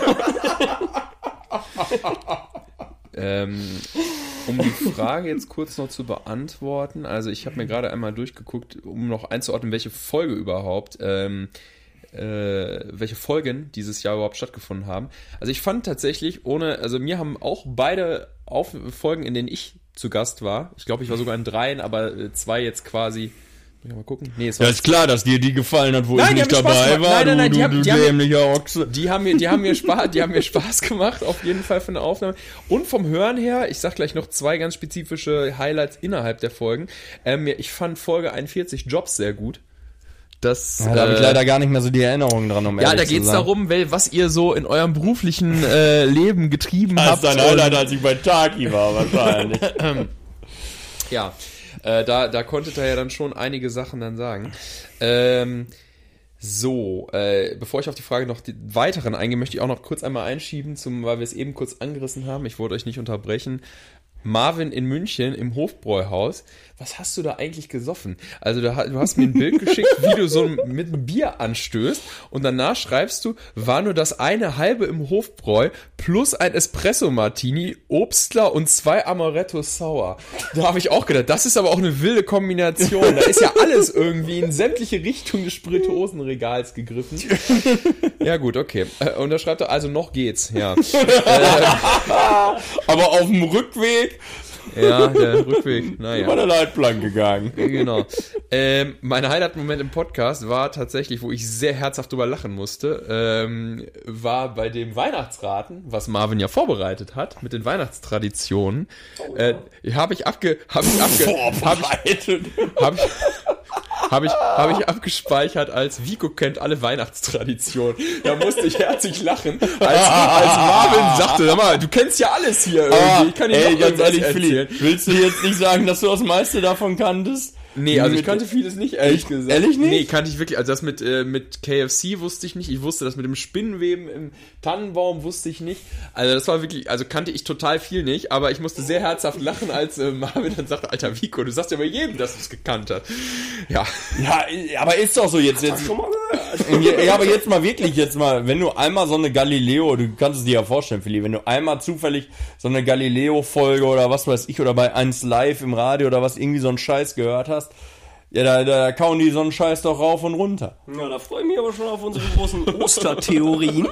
Ähm, um die Frage jetzt kurz noch zu beantworten, also ich habe mir gerade einmal durchgeguckt, um noch einzuordnen, welche Folge überhaupt, ähm, äh, welche Folgen dieses Jahr überhaupt stattgefunden haben. Also ich fand tatsächlich, ohne, also mir haben auch beide Auf- Folgen, in denen ich zu Gast war, ich glaube, ich war sogar in dreien, aber äh, zwei jetzt quasi. Mal gucken. Nee, es war Ja, ist klar, dass dir die gefallen hat, wo Nein, ich die nicht haben Spaß dabei gemacht. war. Nein, nein, nein, du, die haben- du die haben- dämlicher Ochse. Die haben mir, die haben mir Spaß, die haben mir Spaß gemacht, auf jeden Fall von der Aufnahme. Und vom Hören her, ich sag gleich noch zwei ganz spezifische Highlights innerhalb der Folgen. Ähm, ich fand Folge einundvierzig Jobs sehr gut. Das, Ja, da habe ich äh, leider gar nicht mehr so die Erinnerungen dran, um ja, ehrlich da zu geht's sein. darum, wel, was ihr so in eurem beruflichen äh, Leben getrieben Das habt. ist dein und- Highlight, als ich bei Taki war, wahrscheinlich. Ja, äh, da, da konntet ihr ja dann schon einige Sachen dann sagen. Ähm, so, äh, bevor ich auf die Frage noch die weiteren eingehe, möchte ich auch noch kurz einmal einschieben, zum, weil wir es eben kurz angerissen haben. Ich wollte euch nicht unterbrechen. Marvin in München im Hofbräuhaus. Was hast du da eigentlich gesoffen? Also du, ha- du hast mir ein Bild geschickt, wie du so mit einem Bier anstößt und danach schreibst du, war nur das eine halbe im Hofbräu plus ein Espresso Martini, Obstler und zwei Amaretto Sour. Da habe ich auch gedacht, das ist aber auch eine wilde Kombination. Da ist ja alles irgendwie in sämtliche Richtungen des Spirituosenregals gegriffen. Ja gut, okay. Äh, Und da schreibt er, also noch geht's, ja. Aber auf dem Rückweg Ja, der Rückweg, war naja. der Leitplank gegangen. Genau. Ähm, mein Highlight-Moment im Podcast war tatsächlich, wo ich sehr herzhaft drüber lachen musste, ähm, war bei dem Weihnachtsraten, was Marvin ja vorbereitet hat, mit den Weihnachtstraditionen. Äh, habe ich abge... Hab ich abge... Hab ich, hab ich, Habe ich, hab ich abgespeichert als Vico kennt alle Weihnachtstraditionen. Da musste ich herzlich lachen, als, als Marvin sagte, sag mal, du kennst ja alles hier irgendwie. Ich kann dir Ey, noch ganz irgendwas ehrlich, erzählen. Philipp, willst du jetzt nicht sagen, dass du das meiste davon kanntest? Nee, also ich Mit- kannte vieles nicht, ehrlich gesagt. Ehrlich nicht? Nee, kannte ich wirklich. Also das mit, äh, mit K F C wusste ich nicht. Ich wusste das mit dem Spinnenweben im Tannenbaum wusste ich nicht. Also das war wirklich, also kannte ich total viel nicht, aber ich musste sehr herzhaft lachen, als äh, Marvin dann sagte, Alter Vico, du sagst ja bei jedem, dass du es gekannt hast. Ja. Ja, aber ist doch so jetzt. jetzt Schon mal gehört. ja, ja, aber jetzt mal wirklich, jetzt mal, wenn du einmal so eine Galileo, du kannst es dir ja vorstellen, Philipp, wenn du einmal zufällig so eine Galileo-Folge oder was weiß ich, oder bei eins Live im Radio oder was, irgendwie so einen Scheiß gehört hast, ja, da, da kauen die so einen Scheiß doch rauf und runter. Ja, da freue ich mich aber schon auf unsere großen Ostertheorien.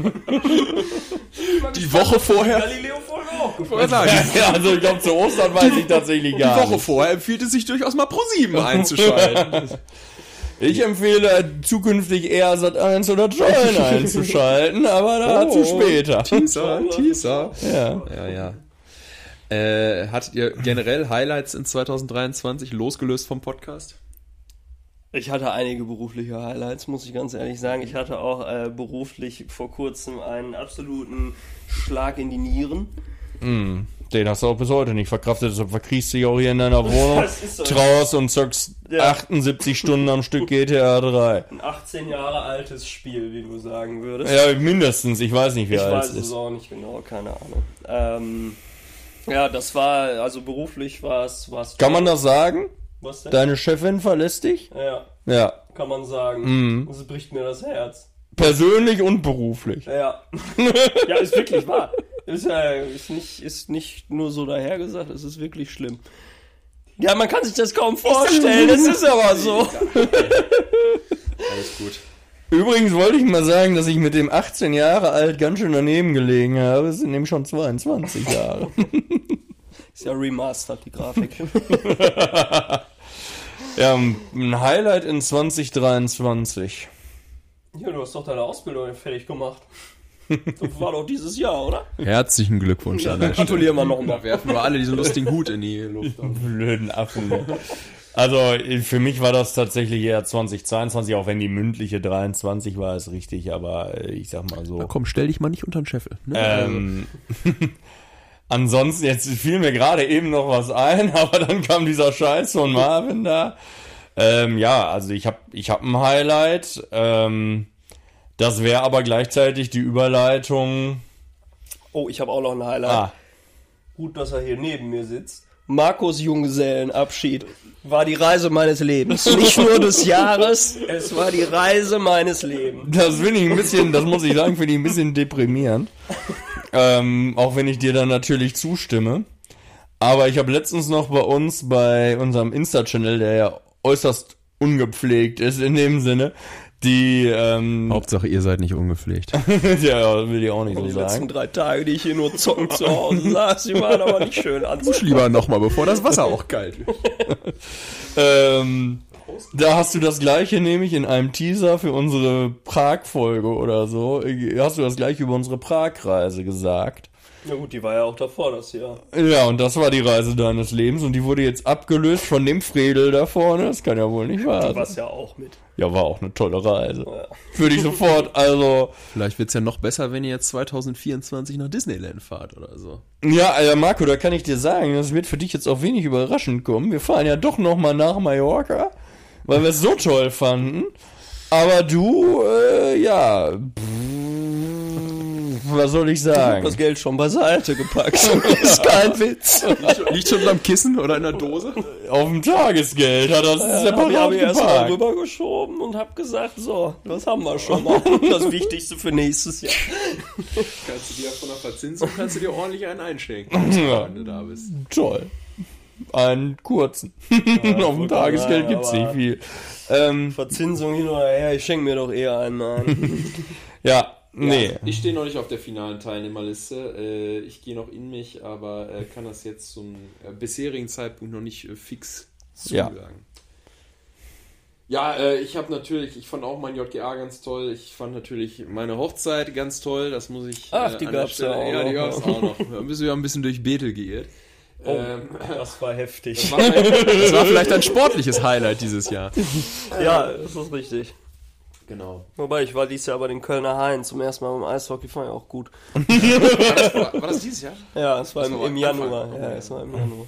Die Woche vorher. Galileo-Folge auch. Ja, also ich glaube, zu Ostern weiß ich tatsächlich Die gar Woche nicht. vorher empfiehlt es sich durchaus mal Pro sieben einzuschalten. Ich empfehle zukünftig eher Sat eins oder Join einzuschalten, aber dazu Oh. später. Teaser, Teaser. Ja. Ja, ja. Äh, hattet ihr generell Highlights in zwanzig dreiundzwanzig, losgelöst vom Podcast? Ich hatte einige berufliche Highlights, muss ich ganz ehrlich sagen. Ich hatte auch äh, beruflich vor kurzem einen absoluten Schlag in die Nieren. Den hast du auch bis heute nicht verkraftet, deshalb verkriechst du dich auch hier in deiner Wohnung, Das ist so. traust und zockst Ja. achtundsiebzig Stunden am Stück G T A drei. Ein achtzehn Jahre altes Spiel, wie du sagen würdest. Ja, mindestens, ich weiß nicht, wie ich alt weiß es es ist. auch nicht genau, keine Ahnung. Ähm, ja, das war, also beruflich war es... war's Kann man das sagen? Was denn? Deine Chefin verlässt dich? Ja, Ja. kann man sagen. Mhm. Das bricht mir das Herz. Persönlich und beruflich. Ja. Ja, ist wirklich wahr. Ist ja ist nicht, ist nicht nur so dahergesagt, es ist wirklich schlimm. Ja, man kann sich das kaum vorstellen, es ist aber so. Alles gut. Übrigens wollte ich mal sagen, dass ich mit dem achtzehn Jahre alt ganz schön daneben gelegen habe. Es sind nämlich schon zweiundzwanzig Jahre. Ist ja remastered, die Grafik. Ja, ein Highlight in zwanzig dreiundzwanzig. Ja, du hast doch deine Ausbildung fertig gemacht. Das war doch dieses Jahr, oder? Herzlichen Glückwunsch an der Stelle. Gratulieren wir nochmal. Werfen wir alle diesen lustigen Hut in die Luft. Blöden Affen. Also für mich war das tatsächlich eher zwanzig zweiundzwanzig, auch wenn die mündliche dreiundzwanzig war, ist richtig, aber ich sag mal so. Komm, stell dich mal nicht unter den Scheffel. Ne? Ähm, ansonsten, jetzt fiel mir gerade eben noch was ein, aber dann kam dieser Scheiß von Marvin da. Ähm, ja, also ich habe ich hab ein Highlight. Ähm, das wäre aber gleichzeitig die Überleitung Oh, ich habe auch noch ein Highlight. Ah. Gut, dass er hier neben mir sitzt. Markus Junggesellenabschied war die Reise meines Lebens. Nicht nur des Jahres, es war die Reise meines Lebens. Das finde ich ein bisschen, das muss ich sagen, finde ich ein bisschen deprimierend. ähm, auch wenn ich dir dann natürlich zustimme. Aber ich habe letztens noch bei uns, bei unserem Insta-Channel, der ja äußerst ungepflegt ist in dem Sinne, die, ähm... Hauptsache, ihr seid nicht ungepflegt. ja, will ich auch nicht so Die sagen. letzten drei Tage, die ich hier nur zocken zu Hause saß, die waren aber nicht schön Dusch anzuschauen. lieber nochmal, bevor das Wasser auch kalt wird. ähm, da hast du das Gleiche, nämlich in einem Teaser für unsere Prag-Folge oder so, hast du das Gleiche über unsere Prag-Reise gesagt. Na gut, die war ja auch davor, das Jahr. Ja, und das war die Reise deines Lebens und die wurde jetzt abgelöst von dem Fredel da vorne. Das kann ja wohl nicht wahr Du sein. warst ja auch mit. Ja, war auch eine tolle Reise. Ja. Würde ich sofort, also... Vielleicht wird's ja noch besser, wenn ihr jetzt zwanzig vierundzwanzig nach Disneyland fahrt oder so. Ja, also Marco, da kann ich dir sagen, das wird für dich jetzt auch wenig überraschend kommen. Wir fahren ja doch nochmal nach Mallorca, weil wir es so toll fanden. Aber du, äh, ja... Was soll ich Ich hab sagen? das Geld schon beiseite gepackt. Das ist kein Witz. Liegt schon beim Kissen oder in der Dose? Auf dem Tagesgeld hat das Ja, separat hab ich erst mal geparkt. rübergeschoben und hab gesagt, so, das haben wir schon mal. Das Wichtigste für nächstes Jahr. Kannst du dir von der Verzinsung kannst du dir ordentlich einen einschenken, Ja. wenn du da bist. Toll. Einen kurzen. Auf dem gut, Tagesgeld ja, gibt's aber- nicht viel. Ähm, Verzinsung hin oder her, ich schenke mir doch eher einen ein. ja, nee. Ja, ich stehe noch nicht auf der finalen Teilnehmerliste. Äh, ich gehe noch in mich, aber äh, kann das jetzt zum äh, bisherigen Zeitpunkt noch nicht äh, fix Ja. zusagen. Ja, äh, ich habe natürlich, ich fand auch mein J G A ganz toll. Ich fand natürlich meine Hochzeit ganz toll. Das muss ich. Ach, äh, die an der gab's ja Stelle- auch Ja, die noch. gab's auch noch. Da bist du ja ein bisschen durch Bethel geirrt. Oh, Ähm, das war heftig. das war mein, Das war vielleicht ein sportliches Highlight dieses Jahr. Ja, das ist richtig. genau. Wobei, ich war dieses Jahr bei den Kölner Haien zum ersten Mal beim Eishockey, fand ich auch gut. War, war das dieses Jahr? Ja, es war Das im, war im Anfang. Januar. Ja, es war im Januar.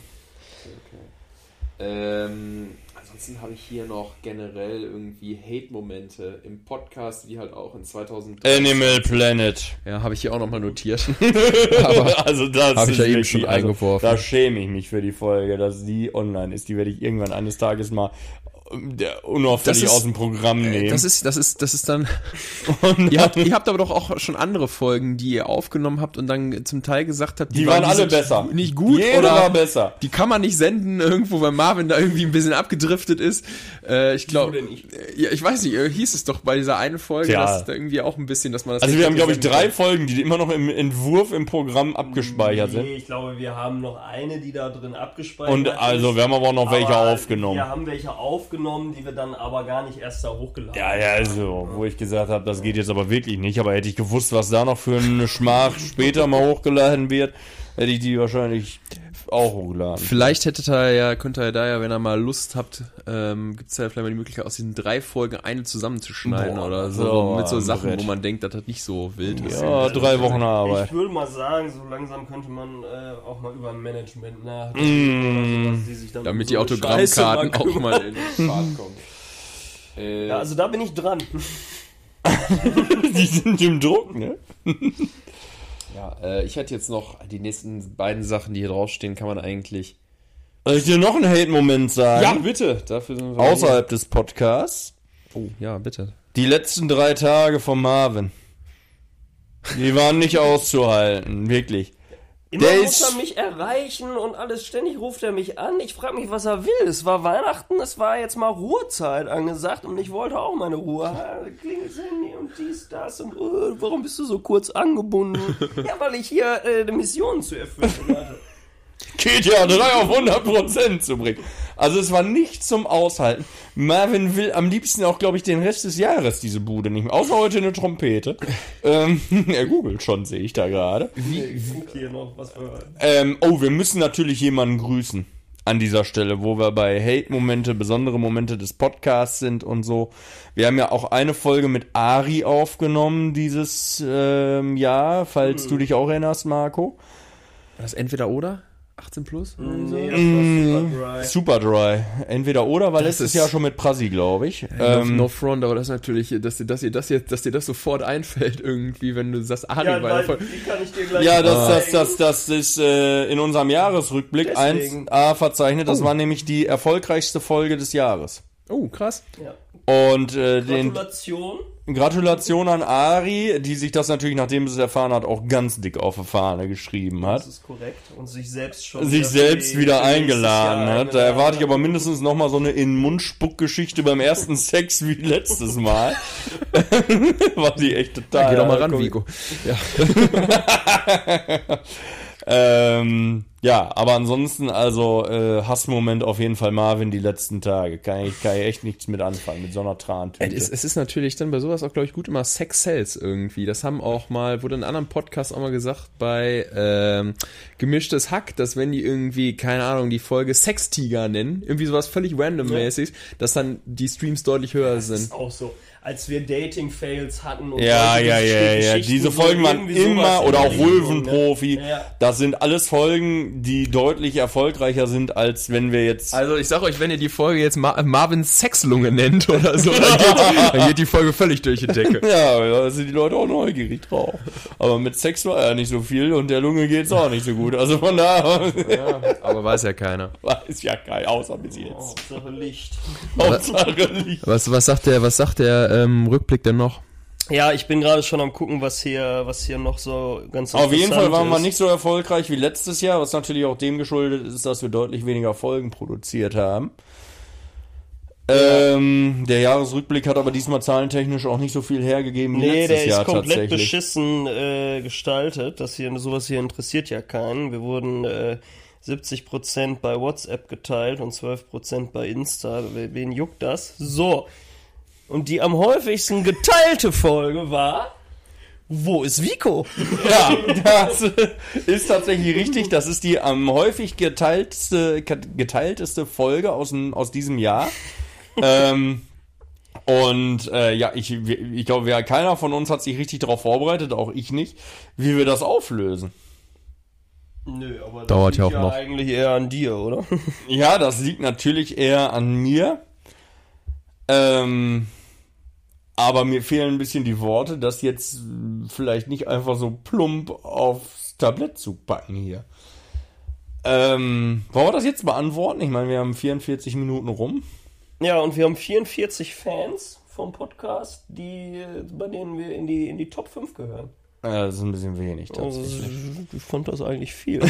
Ähm, ansonsten habe ich hier noch generell irgendwie Hate-Momente im Podcast, wie halt auch in zweitausend. Animal Planet. Ja, habe ich hier auch nochmal notiert. Aber also das hab ich ist ja eben wirklich- schon also, eingeworfen. Da schäme ich mich für die Folge, dass die online ist. Die werde ich irgendwann eines Tages mal ähm, der unauffällig Das ist- aus dem Programm nehmen. Das ist, das ist, das ist dann. ihr, habt, ihr habt aber doch auch schon andere Folgen, die ihr aufgenommen habt und dann zum Teil gesagt habt, die waren alle sind besser. Nicht gut Jede oder war besser. die kann man nicht senden irgendwo, weil Marvin da irgendwie ein bisschen abgedriftet ist. Äh, ich glaube, denn ich? ja, ich weiß nicht, äh, hieß es doch bei dieser einen Folge, Tja. dass da irgendwie auch ein bisschen, dass man das. Also nicht wir haben, glaube ich, senden drei kann. Folgen, die immer noch im Entwurf im Programm abgespeichert sind. Nee, ich glaube, wir haben noch eine, die da drin abgespeichert Und ist. also, wir haben aber auch noch welche Aber aufgenommen. Wir haben welche aufgenommen, die wir dann aber gar nicht erst da hochgeladen Ja, ja, also, wo ich gesagt habe, das geht jetzt aber wirklich nicht. Aber hätte ich gewusst, was da noch für eine Schmach später mal hochgeladen wird, hätte ich die wahrscheinlich auch hochgeladen. Vielleicht hättet ihr ja, könnt ihr da ja, wenn ihr mal Lust habt, ähm, gibt es ja vielleicht mal die Möglichkeit, aus diesen drei Folgen eine zusammenzuschneiden Boah, oder so, so mit so ein Sachen, Brett. wo man denkt, dass das nicht so wild ist. Ja, drei Wochen Ich Arbeit. würde mal sagen, so langsam könnte man äh, auch mal über ein Management nachdenken. Mm. oder so, dass die sich dann um Damit so die eine Scheiße Autogrammkarten auch kümmern. mal in Fahrt kommen. Äh, Ja, also da bin ich dran. Die sind im Druck, ne? ja, äh, ich hätte jetzt noch die nächsten beiden Sachen, die hier draufstehen, kann man eigentlich. Soll ich dir noch einen Hate-Moment sagen? bitte. Dafür sind wir Außerhalb des Podcasts. Oh, ja, bitte. Die letzten drei Tage von Marvin. Die waren nicht auszuhalten, wirklich. Immer Der muss ist- er mich erreichen und alles, ständig ruft er mich an. Ich frage mich, was er will. Es war Weihnachten, es war jetzt mal Ruhezeit angesagt und ich wollte auch meine Ruhe. Ha, klingelt das Handy und dies, das und uh, warum bist du so kurz angebunden? Ja, weil ich hier äh, eine Mission zu erfüllen hatte. Geht ja drei auf hundert Prozent zu bringen. Also es war nicht zum Aushalten. Marvin will am liebsten auch, glaube ich, den Rest des Jahres diese Bude nicht mehr. Außer heute eine Trompete. ähm, er googelt schon, sehe ich da gerade. Ich guck hier noch, was wir... Ähm, oh, wir müssen natürlich jemanden grüßen an dieser Stelle, wo wir bei Hate-Momente, besondere Momente des Podcasts sind und so. Wir haben ja auch eine Folge mit Ari aufgenommen dieses ähm, Jahr, falls du dich auch erinnerst, Marco. War das entweder oder? achtzehn plus? Nee, das war Superdry. Superdry. Entweder oder, war letztes ist- Jahr schon mit Prassi, glaube ich. Ähm, Ähm, no front, aber das ist natürlich, dass dir, dass dir das jetzt, dass dir das sofort einfällt irgendwie, wenn du sagst, ah, Ja, die war weil, voll. die kann ich dir gleich ja, das, das, zeigen. das, das ist äh, in unserem Jahresrückblick Deswegen. eins a verzeichnet. Das war nämlich die erfolgreichste Folge des Jahres. Oh, krass. Ja. Und äh, den Gratulation. Gratulation an Ari, die sich das natürlich, nachdem sie es erfahren hat, auch ganz dick auf die Fahne geschrieben hat. Das ist korrekt. Und sich selbst schon Sich wieder selbst für- wieder für nächstes eingeladen Jahr hat. Da erwarte ich hat. aber mindestens nochmal so eine In-Mund-Spuck-Geschichte beim ersten Sex wie letztes Mal. War die echt total. Geh doch mal ran, cool. Vico. Ja. Ähm, ja, aber ansonsten, also äh, Hassmoment auf jeden Fall Marvin die letzten Tage. Kann ich, kann ich echt nichts mit anfangen, mit so einer Trantüte. Es, es ist natürlich dann bei sowas auch, glaube ich, gut immer Sex Sells irgendwie. Das haben auch mal, wurde in einem anderen Podcast auch mal gesagt, bei ähm, Gemischtes Hack, dass wenn die irgendwie, keine Ahnung, die Folge Sextiger nennen, irgendwie sowas völlig randommäßig, dass dann die Streams deutlich höher Das sind. ist auch so. Als wir Dating-Fails hatten und Ja, solche ja, ja, ja. Geschichten, Diese so Folgen waren irgendwie sowas immer, in oder der auch Richtung, Wulvenprofi, ne? Ja. das sind alles Folgen, die deutlich erfolgreicher sind, als wenn wir jetzt... Also ich sag euch, wenn ihr die Folge jetzt Mar Marvins Sexlunge nennt oder so, dann geht, dann geht die Folge völlig durch die Decke. Ja, da sind die Leute auch neugierig drauf. Aber mit Sex war ja nicht so viel und der Lunge geht's auch nicht so gut. Also von daher Ja, aber weiß ja keiner. ist ja geil, außer bis jetzt. Hauptsache Licht. Hauptsache Licht. Was, was sagt der, was sagt der ähm, Rückblick denn noch? Ja, ich bin gerade schon am gucken, was hier, was hier noch so ganz Auf jeden Fall interessant waren wir ist. nicht so erfolgreich wie letztes Jahr, was natürlich auch dem geschuldet ist, dass wir deutlich weniger Folgen produziert haben. Ähm, der Jahresrückblick hat aber diesmal zahlentechnisch auch nicht so viel hergegeben wie Nee, letztes der ist Jahr komplett tatsächlich. beschissen äh, gestaltet. Das hier, sowas hier interessiert ja keinen. Wir wurden äh, siebzig Prozent bei WhatsApp geteilt und zwölf Prozent bei Insta. Wen juckt das? So. Und die am häufigsten geteilte Folge war: Wo ist Vico? Ja, das ist tatsächlich richtig. Das ist die am häufig geteilteste, geteilteste Folge aus, dem, aus diesem Jahr. ähm, und äh, ja, ich, ich glaube, wer, keiner von uns hat sich richtig darauf vorbereitet, auch ich nicht, wie wir das auflösen. Nö, aber das Dauert ja liegt auch noch. eigentlich eher an dir, oder? Ja, das liegt natürlich eher an mir. Ähm, aber mir fehlen ein bisschen die Worte, das jetzt vielleicht nicht einfach so plump aufs Tablett zu packen hier. Ähm, wollen wir das jetzt beantworten? Ich meine, wir haben vierundvierzig Minuten rum. Ja, und wir haben vierundvierzig Fans vom Podcast, die, bei denen wir in die, in die Top fünf gehören. Ja, das ist ein bisschen wenig Also, tatsächlich. ich fand das eigentlich viel.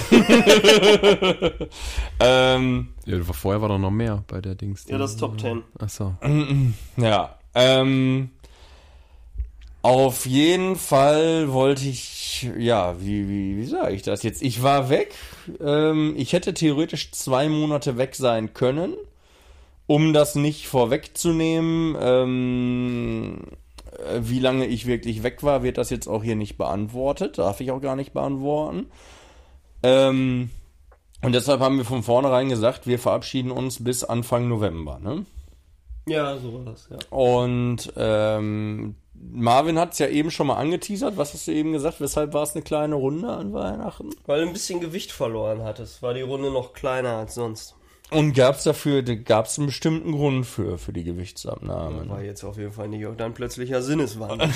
ähm, Ja, vorher war doch noch mehr bei der Dings. Ja, das Top Ten. Achso. ja, ähm, auf jeden Fall wollte ich, ja, wie, wie, wie sage ich das jetzt? Ich war weg. Ähm, ich hätte theoretisch zwei Monate weg sein können, um das nicht vorwegzunehmen. Ähm, äh, wie lange ich wirklich weg war, wird das jetzt auch hier nicht beantwortet. Darf ich auch gar nicht beantworten. Ähm, und deshalb haben wir von vornherein gesagt, wir verabschieden uns bis Anfang November, ne? Ja, so war das, ja. Und ähm, Marvin hat es ja eben schon mal angeteasert. Was hast du eben gesagt? Weshalb war es eine kleine Runde an Weihnachten? Weil du ein bisschen Gewicht verloren hattest, war die Runde noch kleiner als sonst. Und gab es dafür, gab es einen bestimmten Grund für, für die Gewichtsabnahme? War jetzt auf jeden Fall nicht dein plötzlicher Sinneswandel.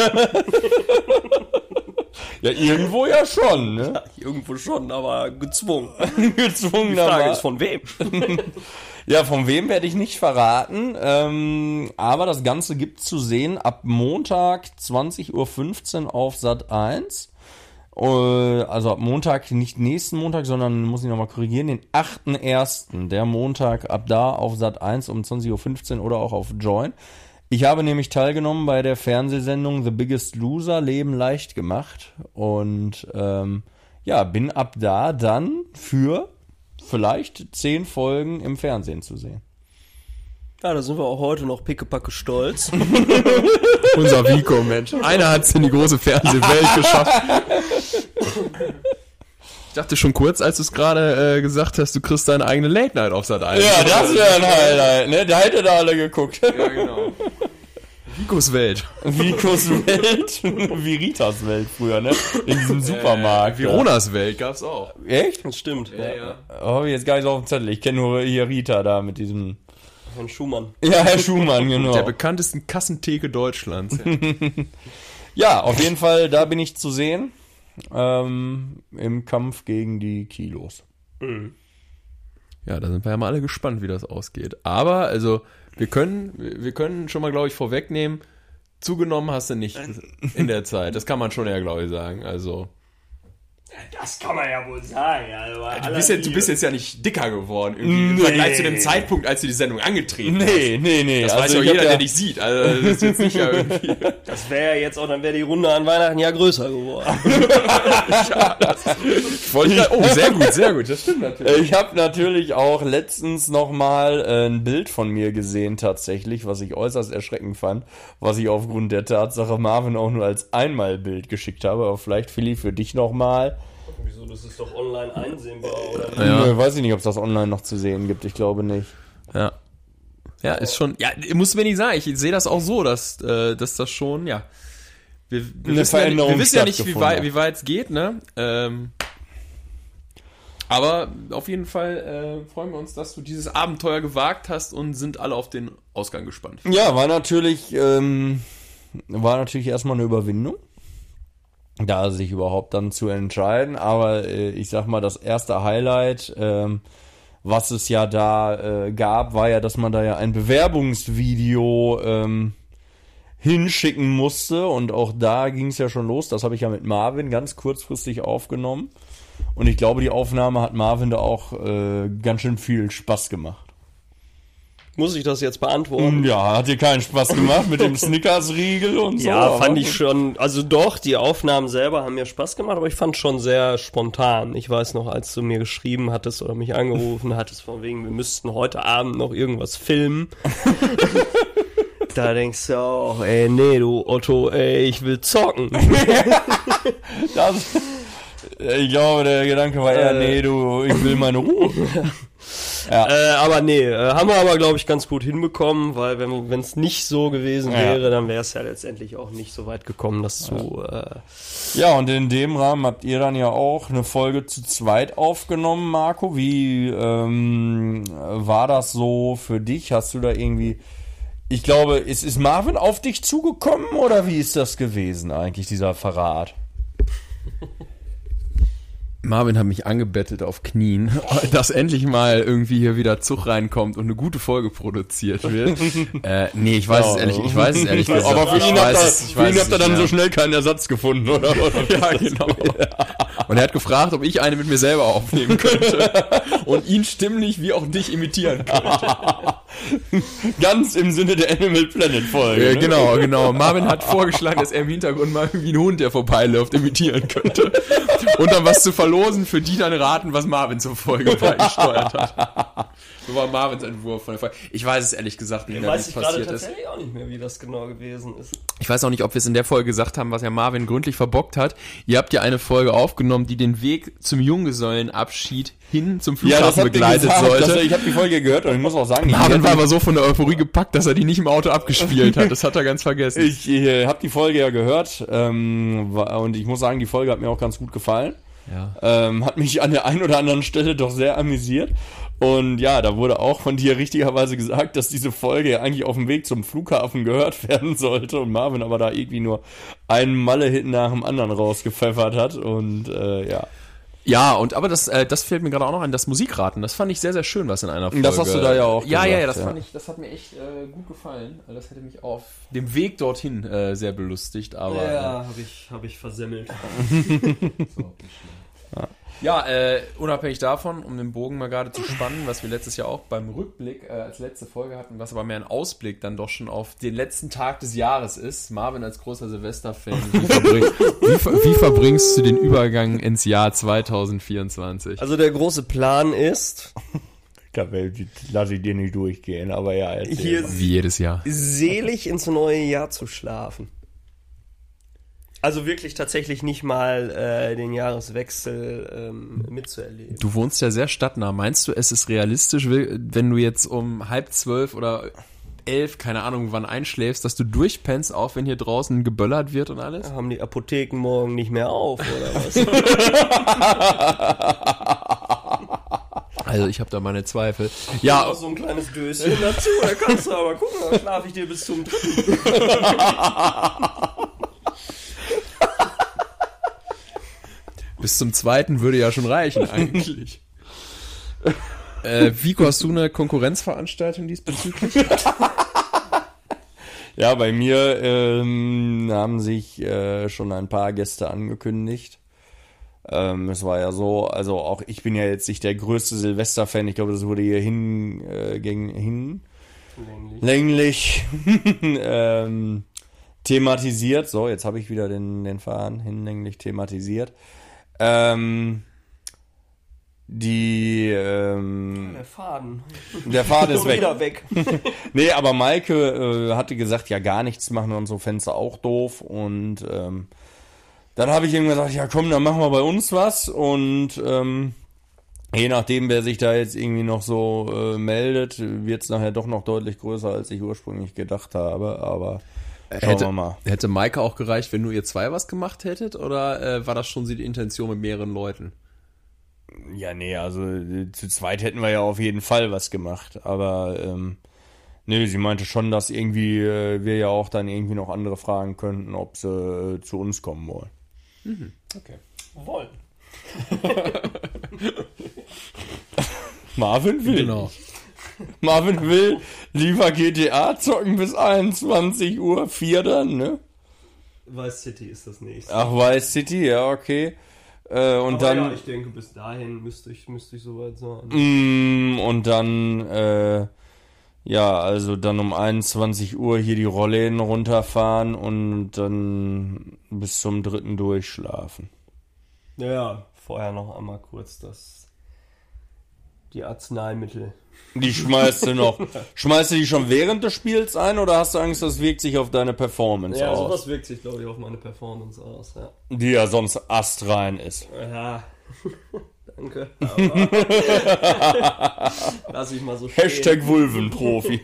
Ja, irgendwo ja schon, ne? Irgendwo schon, aber gezwungen. Gezwungenermaßen. von wem? Ja, von wem werde ich nicht verraten. Ähm, aber das Ganze gibt zu sehen ab Montag zwanzig Uhr fünfzehn auf Sat eins. Äh, also ab Montag, nicht nächsten Montag, sondern, muss ich nochmal korrigieren, den achten ersten Der Montag ab da auf Sat eins um zwanzig Uhr fünfzehn oder auch auf Join. Ich habe nämlich teilgenommen bei der Fernsehsendung The Biggest Loser, Leben leicht gemacht. Und ähm, ja, bin ab da dann für vielleicht zehn Folgen im Fernsehen zu sehen. Ja, da sind wir auch heute noch pickepacke stolz. Unser Vico, Mensch. Einer hat es in die große Fernsehwelt geschafft. Ich dachte schon kurz, als du es gerade äh, gesagt hast, du kriegst deine eigene Late Night auf Sat eins. Ja, das wäre ein Highlight, ne? Da hätte da alle geguckt. Ja, genau. Vicos Welt. Vicos Welt, wie Ritas Welt früher, ne? In diesem Supermarkt. Äh, Veronas Welt gab's auch. Echt? Das stimmt. Ja, ja. Oh, hab ich jetzt gar nicht so auf dem Zettel. Ich kenne nur hier Rita da mit diesem... Von Schumann. Ja, Herr Schumann, genau. Der bekanntesten Kassentheke Deutschlands. Ja, auf jeden Fall, da bin ich zu sehen. Ähm, im Kampf gegen die Kilos. Mhm. Ja, da sind wir ja mal alle gespannt, wie das ausgeht. Aber, also, wir können, wir können schon mal, glaube ich, vorwegnehmen, zugenommen hast du nicht in der Zeit. Das kann man schon ja, glaube ich, sagen. Also. Das kann man ja wohl sagen. Also Du bist, ja, du bist jetzt ja nicht dicker geworden, irgendwie, im Nee. Vergleich zu dem Zeitpunkt, als du die Sendung angetreten hast. Nee, nee, nee. Das also weiß ja ich hab jeder, ja, der dich sieht. Also, das ist jetzt nicht ja irgendwie. Das wäre ja jetzt auch, dann wäre die Runde an Weihnachten ja größer geworden. Oh, sehr gut, sehr gut. Das stimmt natürlich. Ich habe natürlich auch letztens nochmal äh, ein Bild von mir gesehen tatsächlich, was ich äußerst erschreckend fand, was ich aufgrund der Tatsache Marvin auch nur als Einmalbild geschickt habe, aber vielleicht, Philly, für dich nochmal. Wieso, das ist doch online einsehbar, oder? Ja. Nö, weiß ich nicht, ob es das online noch zu sehen gibt, ich glaube nicht. Ja. Ja, ist schon, ja, muss mir nicht sagen, ich sehe das auch so, dass, äh, dass das schon, ja, wir, wir Eine wissen, ja nicht, wir Veränderung wissen ja nicht, wie stattgefunden weit, hat. wie weit es geht, ne, ähm, aber auf jeden Fall äh, freuen wir uns, dass du dieses Abenteuer gewagt hast und sind alle auf den Ausgang gespannt. Ja, war natürlich, ähm, war natürlich erstmal eine Überwindung, da sich überhaupt dann zu entscheiden, aber äh, ich sag mal, das erste Highlight, ähm, was es ja da äh, gab, war ja, dass man da ja ein Bewerbungsvideo ähm, hinschicken musste und auch da ging es ja schon los, das habe ich ja mit Marvin ganz kurzfristig aufgenommen und ich glaube, die Aufnahme hat Marvin da auch äh, ganz schön viel Spaß gemacht. Muss ich das jetzt beantworten? Ja, hat dir keinen Spaß gemacht mit dem Snickers-Riegel und so? Ja, fand aber- ich schon, also doch, die Aufnahmen selber haben mir Spaß gemacht, aber ich fand schon sehr spontan. Ich weiß noch, als du mir geschrieben hattest oder mich angerufen hattest, von wegen, wir müssten heute Abend noch irgendwas filmen. Da denkst du auch, ey, nee, du Otto, ey, ich will zocken. Das, ich glaube, der Gedanke war eher, Äh. nee, du, ich will meine Ruhe. Ja. Äh, aber nee, äh, haben wir aber, glaube ich, ganz gut hinbekommen, weil wenn wenn es nicht so gewesen Ja. wäre, dann wäre es ja letztendlich auch nicht so weit gekommen, dass du... Äh, Ja, und in dem Rahmen habt ihr dann ja auch eine Folge zu zweit aufgenommen, Marco. Wie ähm, war das so für dich? Hast du da irgendwie... Ich glaube, ist, ist Marvin auf dich zugekommen oder wie ist das gewesen eigentlich, dieser Verrat? Marvin hat mich angebettelt auf Knien, dass endlich mal irgendwie hier wieder Zug reinkommt und eine gute Folge produziert wird. äh, nee, ich weiß Ja, es ehrlich, also. ich weiß es ehrlich gesagt. Aber für ich ihn habt weiß ihr, es- ich für weiß ihn es habt ihr nicht dann mehr. so schnell keinen Ersatz gefunden, oder? Ja, genau. Und er hat gefragt, ob ich eine mit mir selber aufnehmen könnte und ihn stimmlich wie auch dich imitieren könnte. Ganz im Sinne der Animal Planet Folge. Ja, ne? genau, genau. Marvin hat vorgeschlagen, dass er im Hintergrund mal irgendwie einen Hund, der vorbeiläuft, imitieren könnte. Und dann was zu verlosen, für die dann raten, was Marvin zur Folge beigesteuert hat. So war Marvins Entwurf von der Folge. Ich weiß es ehrlich gesagt nicht mehr, wie weiß es ich gerade passiert ist. tatsächlich auch nicht mehr, wie das genau gewesen ist. Ich weiß auch nicht, ob wir es in der Folge gesagt haben, was ja Marvin gründlich verbockt hat. Ihr habt ja eine Folge aufgenommen, die den Weg zum Junggesellenabschied hin zum Ja, das Flughafen habt ihr begleitet gesagt, sollte. dass er- ich habe die Folge gehört und ich muss auch sagen, die Marvin hat war mich- aber so von der Euphorie gepackt, dass er die nicht im Auto abgespielt hat. Das hat er ganz vergessen. Ich äh, habe die Folge ja gehört ähm, wa- und ich muss sagen, die Folge hat mir auch ganz gut gefallen. Ja. Ähm, hat mich an der einen oder anderen Stelle doch sehr amüsiert. Und ja, da wurde auch von dir richtigerweise gesagt, dass diese Folge ja eigentlich auf dem Weg zum Flughafen gehört werden sollte und Marvin aber da irgendwie nur einen Malle-Hit nach dem anderen rausgepfeffert hat. Und äh, ja. Ja, und aber das, äh, das fällt mir gerade auch noch an, das Musikraten. Das fand ich sehr, sehr schön, was in einer Folge. Das hast du da ja auch Ja, ja, ja, gesagt, das ja. fand ich, das hat mir echt äh, gut gefallen. Das hätte mich auf dem Weg dorthin äh, sehr belustigt, aber. äh, habe ich, hab ich versemmelt. Ja, äh, unabhängig davon, um den Bogen mal gerade zu spannen, was wir letztes Jahr auch beim Rückblick äh, als letzte Folge hatten, was aber mehr ein Ausblick dann doch schon auf den letzten Tag des Jahres ist. Marvin als großer Silvester-Fan, wie, verbring, wie, ver- wie verbringst du den Übergang ins Jahr zwanzig vierundzwanzig? Also der große Plan ist, Lass ich dir nicht durchgehen, aber ja. erzähl Hier mal. Wie jedes Jahr. selig ins neue Jahr zu schlafen. Also wirklich tatsächlich nicht mal äh, den Jahreswechsel ähm, mitzuerleben. Du wohnst ja sehr stadtnah. Meinst du, es ist realistisch, wenn du jetzt um halb zwölf oder elf, keine Ahnung wann einschläfst, dass du durchpennst, auch wenn hier draußen geböllert wird und alles? Haben die Apotheken morgen nicht mehr auf, oder was? Also ich habe da meine Zweifel. Ja, Ja, auch so ein kleines Döschen dazu, da kannst du aber gucken, dann schlafe ich dir bis zum dritten. bis zum zweiten würde ja schon reichen eigentlich. äh, Vico, hast du eine Konkurrenzveranstaltung diesbezüglich? Ja, bei mir ähm, haben sich äh, schon ein paar Gäste angekündigt. Ähm, es war ja so, also auch ich bin ja jetzt nicht der größte Silvester-Fan. Ich glaube, das wurde hier hin, äh, gegen, hin länglich, länglich ähm, thematisiert. So, jetzt habe ich wieder den, den Faden hinlänglich thematisiert. Ähm, die ähm, Der Faden. der Faden ist weg. Wieder weg. Nee, aber Maike äh, hatte gesagt, ja, gar nichts machen und so Fenster auch doof. Und ähm, dann habe ich ihm gesagt, ja komm, dann machen wir bei uns was. Und ähm, je nachdem, wer sich da jetzt irgendwie noch so äh, meldet, wird es nachher doch noch deutlich größer, als ich ursprünglich gedacht habe. Aber schauen hätte, wir mal. hätte Maike auch gereicht, wenn nur ihr zwei was gemacht hättet? Oder äh, war das schon die Intention mit mehreren Leuten? Ja, nee, also äh, zu zweit hätten wir ja auf jeden Fall was gemacht. Aber ähm, nee, sie meinte schon, dass irgendwie äh, wir ja auch dann irgendwie noch andere fragen könnten, ob sie äh, zu uns kommen wollen. Okay. Wollen. Marvin will. Genau. Marvin will lieber G T A zocken bis einundzwanzig Uhr, vier dann, ne? Vice City ist das nächste. Ach, Vice City, ja, okay. Äh, und Aber dann, ja, ich denke, bis dahin müsste ich, müsste ich soweit sein. mm, und dann, äh, ja, also dann um einundzwanzig Uhr hier die Rollläden runterfahren und dann bis zum dritten durchschlafen. Ja, vorher noch einmal kurz das, die Arzneimittel. Die schmeißt du noch. Schmeißt du die schon während des Spiels ein oder hast du Angst, das wirkt sich auf deine Performance Ja, aus? sowas wirkt sich, glaube ich, auf meine Performance aus, ja. Die ja sonst astrein ist. Ja, danke. Aber lass ich mal so stehen. Hashtag Vulvenprofi.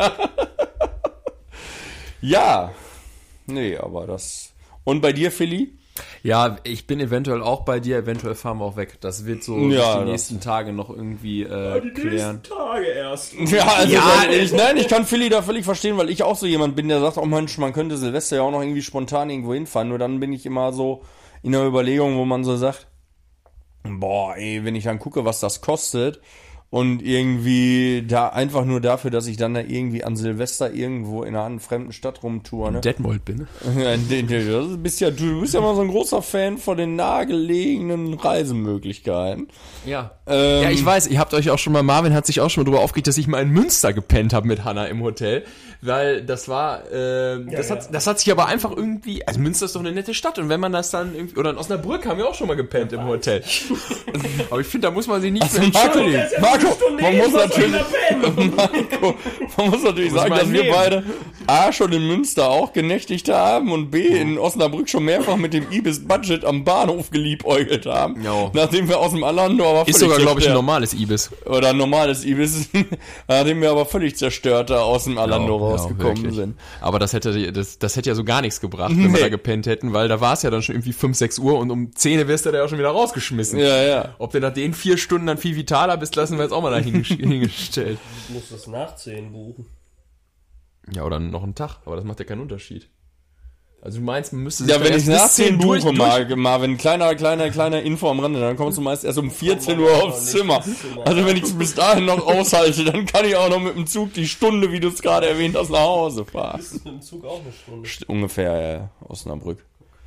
Ja. Nee, aber das... Und bei dir, Philly? Ja, ich bin eventuell auch bei dir, eventuell fahren wir auch weg. Das wird so Ja, sich das- die nächsten Tage noch irgendwie äh, Die klären. nächsten Tage erst. Ja, also Ja, weil ich, nein, ich kann Philly da völlig verstehen, weil ich auch so jemand bin, der sagt, oh Mensch, man könnte Silvester ja auch noch irgendwie spontan irgendwo hinfahren. Nur dann bin ich immer so in der Überlegung, wo man so sagt, boah, ey, wenn ich dann gucke, was das kostet und irgendwie da einfach nur dafür, dass ich dann da irgendwie an Silvester irgendwo in einer fremden Stadt rumtour, ne? Detmold bin. Ja, du bist ja, du bist ja mal so ein großer Fan von den nahegelegenen Reisemöglichkeiten. Ja. Ähm, Ja, ich weiß, ihr habt euch auch schon mal, Marvin hat sich auch schon mal drüber aufgeregt, dass ich mal in Münster gepennt habe mit Hanna im Hotel, weil das war, äh, das, ja. hat, das hat sich aber einfach irgendwie, also Münster ist doch eine nette Stadt und wenn man das dann irgendwie, oder in Osnabrück haben wir auch schon mal gepennt im Hotel. Aber ich finde, da muss man sich nicht mehr Marco, entschuldigen. Marco, man eben, muss was natürlich, Marco, man muss natürlich sagen, man dass wir nehmen. beide A, schon in Münster auch genächtigt haben und B, in Osnabrück schon mehrfach mit dem Ibis-Budget am Bahnhof geliebäugelt haben. Jo. Nachdem wir aus dem Alando aber Ist völlig sogar, glaube ich, ein zerstört- normales Ibis. oder ein normales Ibis, nachdem wir aber völlig zerstört da aus dem Alando Ja, rausgekommen wirklich. sind. Aber das hätte, das, das hätte ja so gar nichts gebracht, wenn wir Nee. da gepennt hätten, weil da war es ja dann schon irgendwie fünf, sechs Uhr und um zehn wärst du da ja schon wieder rausgeschmissen. Ja, ja. Ob du nach den vier Stunden dann viel vitaler bist, lassen wir jetzt auch mal da hingesch- hingestellt. Ich muss das nach zehn buchen. Ja, oder noch einen Tag, aber das macht ja keinen Unterschied. Also du meinst, man müsste sich Ja, dann wenn ich erst nach bis zehn durch- buche, durch- Mar- Marvin, kleiner, kleiner, kleiner Info am Rande, dann kommst du meist erst um vierzehn Uhr aufs Zimmer. Also wenn ich es bis dahin noch aushalte, dann kann ich auch noch mit dem Zug die Stunde, wie du es gerade erwähnt hast, nach Hause fahren. Das ist mit dem Zug auch eine Stunde. St- Ungefähr, ja, Osnabrück.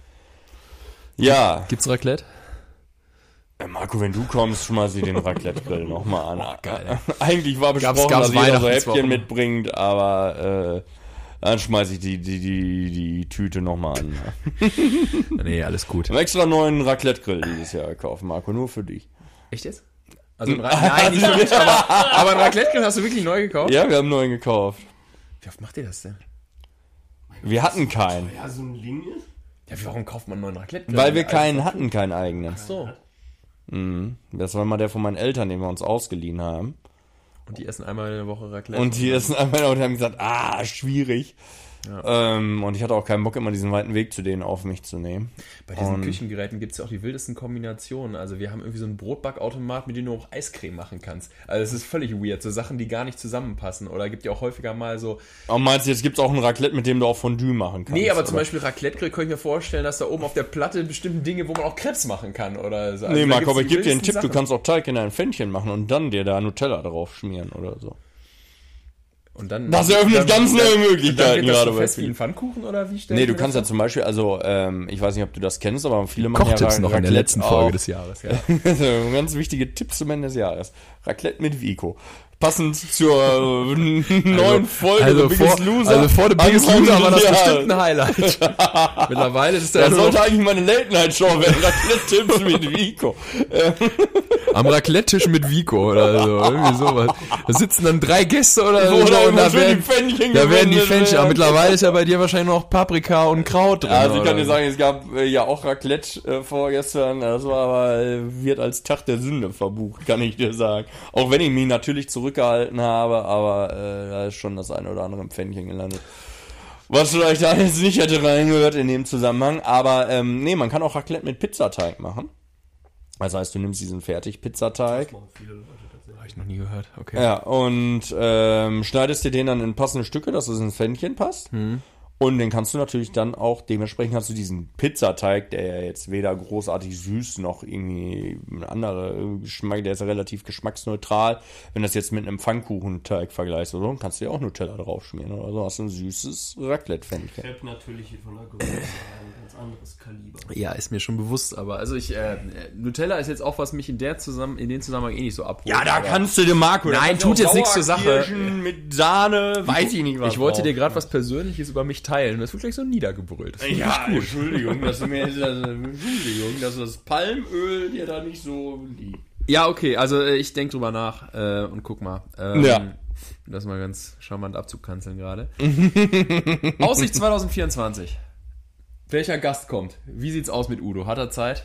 Ja, Gibt's Raclette? äh, Marco, wenn du kommst, schmeiß ich den Raclette-Grill nochmal an. geil. Eigentlich war Gab's- besprochen, gab's dass jeder so Weihnachtswochen. Häppchen mitbringt, aber äh, dann schmeiß ich die, die, die, die Tüte nochmal an. Nee, alles gut. Ich habe extra einen neuen Raclette-Grill dieses Jahr gekauft, Marco, nur für dich. Echt jetzt? Also ein Ra- Nein, nicht für mich, aber, aber ein Raclette-Grill hast du wirklich neu gekauft? Ja, wir haben einen neuen gekauft. Wie oft macht ihr das denn? Wir hatten keinen. Ja, so ein Linie? Ja, warum kauft man einen neuen Raclette-Grill? Weil wir keinen hatten, keinen eigenen. So. Mhm. Das war mal der von meinen Eltern, den wir uns ausgeliehen haben. Und die essen einmal in der Woche Raclette. Und die essen einmal und haben gesagt, ah, schwierig. Ja. Ähm, und ich hatte auch keinen Bock, immer diesen weiten Weg zu denen auf mich zu nehmen. Bei diesen und Küchengeräten gibt es ja auch die wildesten Kombinationen. Also wir haben irgendwie so einen Brotbackautomat, mit dem du auch Eiscreme machen kannst. Also es ist völlig weird, so Sachen, die gar nicht zusammenpassen. Oder gibt ja auch häufiger mal so... Aber meinst du, jetzt gibt es auch ein Raclette, mit dem du auch Fondue machen kannst? Nee, aber zum oder? Beispiel Raclette kann ich mir vorstellen, dass da oben auf der Platte bestimmte Dinge, wo man auch Krebs machen kann. Oder so. Also nee, da Marco, gibt's aber die ich gebe dir einen wildesten Tipp, du Sachen. kannst auch Teig in ein Pfännchen machen und dann dir da Nutella drauf schmieren oder so. Und dann, Das eröffnet dann, ganz neue dann, Möglichkeiten dann geht das gerade so bei fest wie vielen. ein Pfannkuchen oder wie stellst Nee, du du das kannst ja vor? zum Beispiel, also, ähm, ich weiß nicht, ob du das kennst, aber viele machen Kochtipps ja noch in der letzten auch. Folge des Jahres. Ja. Ganz wichtige Tipps zum Ende des Jahres. Raclette mit Vico. Passend zur äh, neuen Folge also The Biggest vor, Loser. Also vor The Biggest Anfang Loser war das des bestimmt Jahres. ein Highlight. Mittlerweile ist Das das nur sollte noch eigentlich meine Late-Night-Show werden. Raclette-Tipps mit Vico. am Raclette-Tisch mit Vico oder so. Irgendwie sowas. Da sitzen dann drei Gäste oder Wo so. da Und immer da schön werden, die Pfännchen da werden die gewendet Fännchen. werden. Aber mittlerweile ist ja bei dir wahrscheinlich noch Paprika und Kraut drin. Also ich kann oder dir sagen, es gab äh, ja auch Raclette äh, vorgestern, das war aber, äh, wird als Tag der Sünde verbucht, kann ich dir sagen. Auch wenn ich mich natürlich zurückgehalten habe, aber äh, da ist schon das eine oder andere im Pfännchen gelandet. Was vielleicht da jetzt nicht hätte reingehört in dem Zusammenhang, aber ähm, nee, man kann auch Raclette mit Pizzateig machen. Das heißt, du nimmst diesen Fertig-Pizzateig. Habe ich noch nie gehört. Okay. Ja, und ähm, schneidest dir den dann in passende Stücke, dass es ins Pfännchen passt. Hm. Und den kannst du natürlich dann auch, dementsprechend hast du diesen Pizzateig, der ja jetzt weder großartig süß noch irgendwie ein anderer Geschmack, der ist ja relativ geschmacksneutral. Wenn du das jetzt mit einem Pfannkuchenteig vergleichst oder so, dann kannst du ja auch Nutella draufschmieren oder so, hast du ein süßes Raclette-Pfännchen. Crepe natürlich von der Größe ein ganz anderes Kaliber. Ja, ist mir schon bewusst, aber also ich, äh, Nutella ist jetzt auch, was mich in der zusammen, in den Zusammenhang eh nicht so abholt. Ja, da aber kannst du dir Marco. da Nein, kannst du tut auch jetzt nichts zur Sache. Sauerkirschen mit Sahne, weiß ich nicht was. Ich wollte drauf. dir gerade was Persönliches über mich teilen. Das wird gleich so niedergebrüllt. Das finde Ja, ich gut. Entschuldigung, dass du mir Entschuldigung, dass das Palmöl dir da nicht so liegt. Ja, okay, also äh, ich denke drüber nach äh, und guck mal. Ähm, Ja. Das mal ganz charmant abzukanzeln gerade. Aussicht zwanzig vierundzwanzig. Welcher Gast kommt? Wie sieht's aus mit Udo? Hat er Zeit?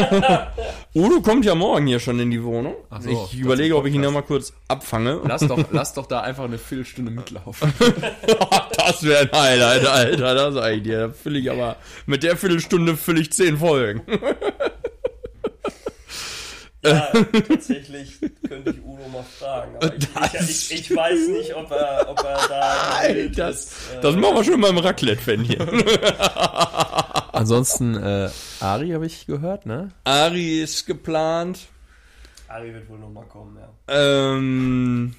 Udo kommt ja morgen hier schon in die Wohnung. Ach so, ich das überlege, ist ob ich ihn Podcast. noch mal kurz abfange. Lass doch, lass doch da einfach eine Viertelstunde mitlaufen. Das wäre ein Highlight, Alter. Das sag ich dir. Da fülle ich aber, mit der Viertelstunde fülle ich zehn Folgen. Ja, tatsächlich könnte ich Udo mal fragen. Aber ich, Das- ich, ich, ich weiß nicht, ob er, ob er da gewillt Das, ist, äh, das machen wir schon beim Raclette-Fan hier. Ansonsten, äh, Ari habe ich gehört, ne? Ari ist geplant. Ari wird wohl nochmal kommen, ja. Ähm,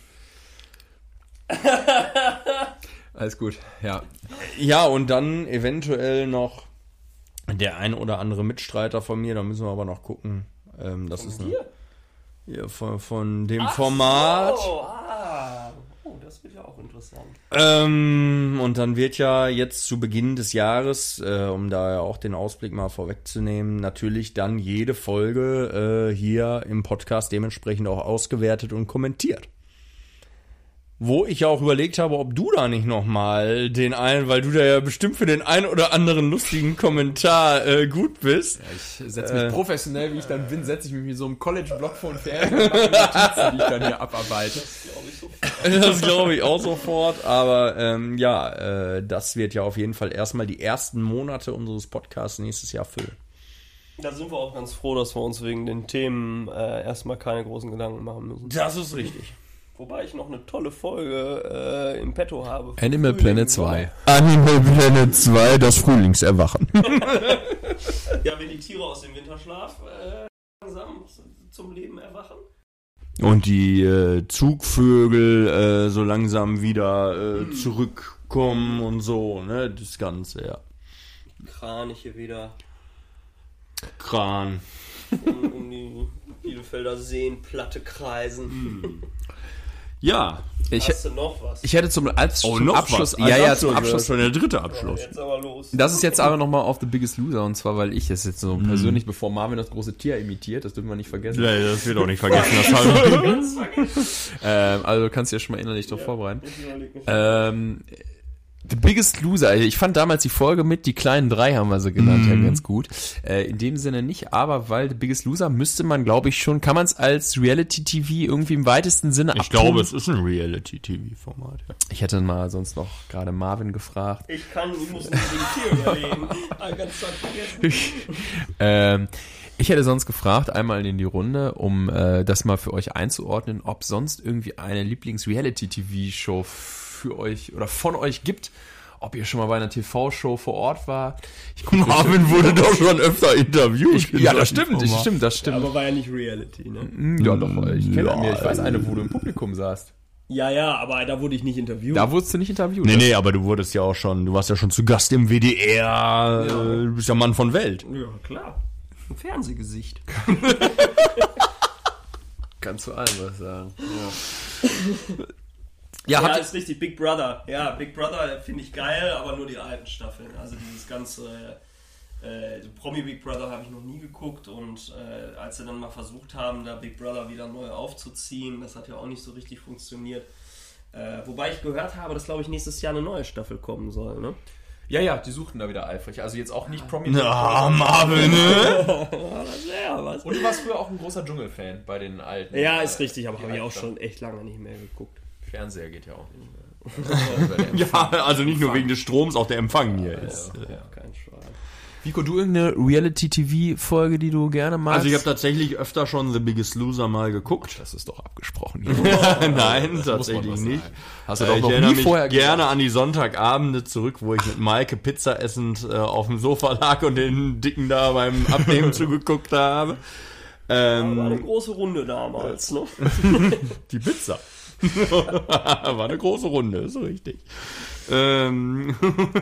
Alles gut, ja. ja, und dann eventuell noch der ein oder andere Mitstreiter von mir. Da müssen wir aber noch gucken. Ähm, das ist eine, ja, von, von dem Format. Oh, ah. Oh, das wird ja auch interessant. Ähm, und dann wird ja jetzt zu Beginn des Jahres, äh, um da ja auch den Ausblick mal vorwegzunehmen, natürlich dann jede Folge äh, hier im Podcast dementsprechend auch ausgewertet und kommentiert. Wo ich ja auch überlegt habe, ob du da nicht nochmal den einen, weil du da ja bestimmt für den einen oder anderen lustigen Kommentar äh, gut bist. Ich setze mich Äh. professionell, wie ich dann bin, setze ich mich mit so einem College-Block vor und Ferien und mache Notizen, die ich dann hier abarbeite. Das glaube ich auch sofort, aber ähm, ja, äh, das wird ja auf jeden Fall erstmal die ersten Monate unseres Podcasts nächstes Jahr füllen. Da sind wir auch ganz froh, dass wir uns wegen den Themen äh, erstmal keine großen Gedanken machen müssen. Das ist richtig. Wobei ich noch eine tolle Folge äh, im Petto habe. Animal Frühling, Planet zwei. Animal Planet zwei, das Frühlingserwachen. Ja, wenn die Tiere aus dem Winterschlaf äh, langsam zum Leben erwachen. Und die äh, Zugvögel äh, so langsam wieder äh, zurückkommen und so, ne, das Ganze, ja. Kraniche wieder Kran. um, um die Bielefelder Seenplatte kreisen. Ja. Ich, Hast du noch was? ich hätte zum, als, zum Abschluss, was. ja, ja, Als zum Abschluss, Abschluss. schon der dritte Abschluss. Jetzt aber los. Das ist jetzt aber nochmal auf The Biggest Loser, und zwar, weil ich es jetzt so persönlich, bevor Marvin das große Tier imitiert, das dürfen wir nicht vergessen. Ja, das wird auch nicht vergessen, das haben Ähm, also du kannst dich ja schon mal innerlich darauf vorbereiten. Ich überleg mich. Ähm, The Biggest Loser. Also ich fand damals die Folge mit, die kleinen drei haben wir sie genannt, ja, ganz gut. Äh, in dem Sinne nicht, aber weil The Biggest Loser müsste man, glaube ich, schon, kann man es als Reality-T V irgendwie im weitesten Sinne Ich abtun? glaube, es ist ein Reality-T V-Format. Ja. Ich hätte mal sonst noch gerade Marvin gefragt. Ich kann, ich muss nicht den Tier überlegen. Ah, ganz stark vergessen. ähm, ich hätte sonst gefragt, einmal in die Runde, um äh, das mal für euch einzuordnen, ob sonst irgendwie eine Lieblings-Reality-T V-Show für euch oder von euch gibt, ob ihr schon mal bei einer T V-Show vor Ort war. Ich guck, Marvin wurde doch schon öfter interviewt. ich, ja, das stimmt, das stimmt, das stimmt. Aber war ja nicht Reality, ne? Ja, doch, ich kenne Ja, mir, ich weiß eine, wo du im Publikum saßt. Ja, ja, aber da wurde ich nicht interviewt. Da wurdest du nicht interviewt. Nee, nee, aber du wurdest ja auch schon, du warst ja schon zu Gast im W D R, Ja. äh, du bist ja Mann von Welt. Ja, klar. Ein Fernsehgesicht. Kannst du allen was sagen. Ja. Ja, habt ihr- ist richtig. Big Brother. Ja, Big Brother finde ich geil, aber nur die alten Staffeln. Also dieses ganze äh, Promi Big Brother habe ich noch nie geguckt und äh, als sie dann mal versucht haben, da Big Brother wieder neu aufzuziehen, das hat ja auch nicht so richtig funktioniert. Äh, wobei ich gehört habe, dass, glaube ich, nächstes Jahr eine neue Staffel kommen soll, ne? ja, ja, die suchten da wieder eifrig. Also jetzt auch nicht Promi. Ah, Marvin, ne? Ja, was? Und du warst früher auch ein großer Dschungel-Fan bei den alten. Ja, äh, ist richtig, aber die habe ich auch alten schon echt lange nicht mehr geguckt. Fernseher geht ja auch nicht mehr. Ja, also nicht nur wegen des Stroms, auch der Empfang hier ist. Ja, kein Schwein. Vico, du irgendeine Reality-T V-Folge, die du gerne magst? Also ich habe tatsächlich öfter schon The Biggest Loser mal geguckt. Das ist doch abgesprochen. Nein, tatsächlich nicht. Hast du Äh, doch ich noch erinnere nie mich vorher gerne gesagt. an die Sonntagabende zurück, wo ich mit Maike Pizza essend äh, auf dem Sofa lag und den Dicken da beim Abnehmen zugeguckt habe. Ähm, War eine große Runde damals, ne? Die Pizza. War eine große Runde, ist richtig. Ähm,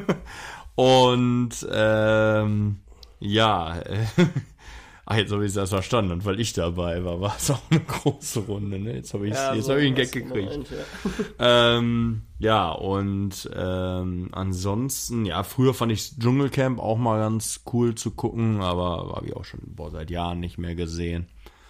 und ähm, ja, äh, ach, jetzt habe ich das verstanden. Und weil ich dabei war, war es auch eine große Runde. Ne? Jetzt habe ich, Ja, jetzt so, hab ich einen was Gag du gekriegt. meinst, ja. Ähm, ja, und ähm, ansonsten, ja, früher fand ich Dschungelcamp auch mal ganz cool zu gucken, aber habe ich auch schon boah, seit Jahren nicht mehr gesehen.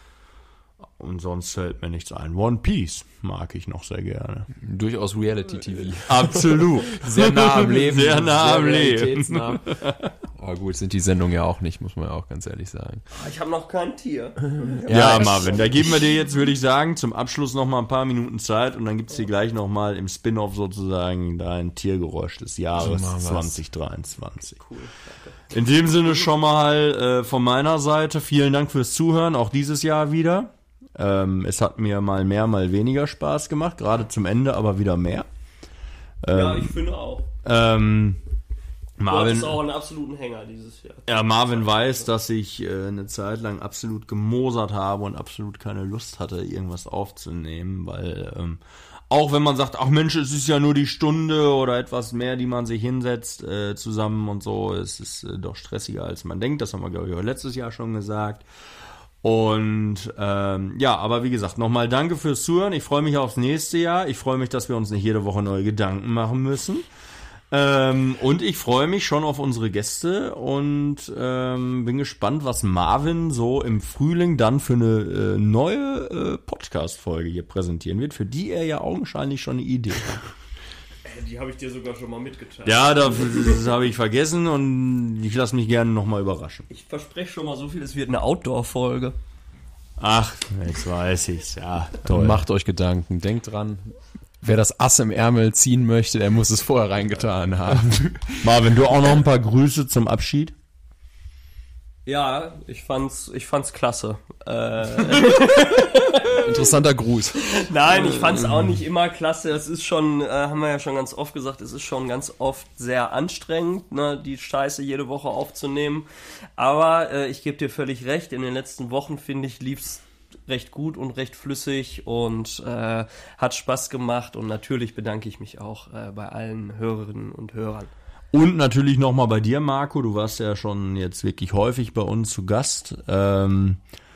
Und sonst fällt mir nichts ein. One Piece mag ich noch sehr gerne. Durchaus Reality-T V. Absolut. Sehr nah am Leben. Sehr nah am Leben. realitätsnah. Aber gut, sind die Sendungen ja auch nicht, muss man ja auch ganz ehrlich sagen. Ich habe noch kein Tier. Ja, ich- Marvin, da geben wir dir jetzt, würde ich sagen, zum Abschluss noch mal ein paar Minuten Zeit und dann gibt's hier gleich noch mal im Spin-off sozusagen dein Tiergeräusch des Jahres So machen wir's. zwanzig dreiundzwanzig. Cool. In dem Sinne schon mal äh, von meiner Seite vielen Dank fürs Zuhören, auch dieses Jahr wieder. Ähm, es hat mir mal mehr, mal weniger Spaß gemacht, gerade zum Ende aber wieder mehr. Ja, ich finde auch. Ähm, Du Marvin, hattest auch einen absoluten Hänger dieses Jahr. ja, Marvin weiß, dass ich äh, eine Zeit lang absolut gemosert habe und absolut keine Lust hatte, irgendwas aufzunehmen, weil ähm, auch wenn man sagt, ach Mensch, es ist ja nur die Stunde oder etwas mehr, die man sich hinsetzt äh, zusammen und so, es ist äh, doch stressiger, als man denkt. Das haben wir, glaube ich, auch letztes Jahr schon gesagt. Und ähm, ja, aber wie gesagt, nochmal danke fürs Zuhören. Ich freue mich aufs nächste Jahr. Ich freue mich, dass wir uns nicht jede Woche neue Gedanken machen müssen. Ähm, und ich freue mich schon auf unsere Gäste und ähm, bin gespannt, was Marvin so im Frühling dann für eine äh, neue äh, Podcast-Folge hier präsentieren wird, für die er ja augenscheinlich schon eine Idee hat. Die habe ich dir sogar schon mal mitgeteilt. Ja, das, das habe ich vergessen und ich lasse mich gerne nochmal überraschen. Ich verspreche schon mal so viel, es wird eine Outdoor-Folge. Ach, jetzt weiß ich's, ja, toll. Macht euch Gedanken, denkt dran. Wer das Ass im Ärmel ziehen möchte, der muss es vorher reingetan haben. Marvin, du auch noch ein paar Grüße zum Abschied? Ja, ich fand's, ich fand's klasse. Äh, Interessanter Gruß. nein, ich fand's auch nicht immer klasse. Es ist schon, äh, haben wir ja schon ganz oft gesagt, es ist schon ganz oft sehr anstrengend, ne, die Scheiße jede Woche aufzunehmen. Aber äh, ich gebe dir völlig recht, in den letzten Wochen, finde ich, lief's recht gut und recht flüssig und äh, hat Spaß gemacht. Und natürlich bedanke ich mich auch äh, bei allen Hörerinnen und Hörern. Und natürlich nochmal bei dir, Marco. Du warst ja schon jetzt wirklich häufig bei uns zu Gast. Ähm,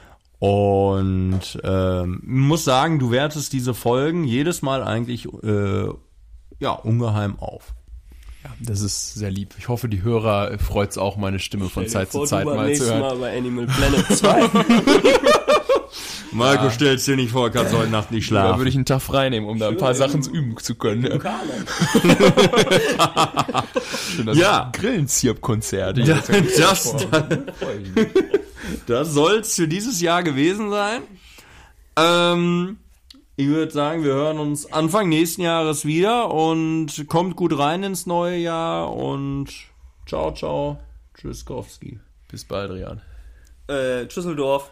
und ähm, muss sagen, du wertest diese Folgen jedes Mal eigentlich äh, ja ungeheim auf. Das ist sehr lieb. Ich hoffe, die Hörer freut's auch, meine Stimme von Zeit zu Zeit mal zu hören. Mal bei Animal Planet zwei. Marco, stellst dir nicht vor, kannst heute Nacht nicht Da schlafen. würde ich einen Tag frei nehmen, um da ein paar Sachen üben zu können. Ja. Schön, das Ja. Grillenzirp-Konzert. Das, das, das soll's für dieses Jahr gewesen sein. Ähm, ich würde sagen, wir hören uns Anfang nächsten Jahres wieder und kommt gut rein ins neue Jahr und ciao, ciao. Tschüsskowski. Bis bald, Adrian. Äh, Düsseldorf.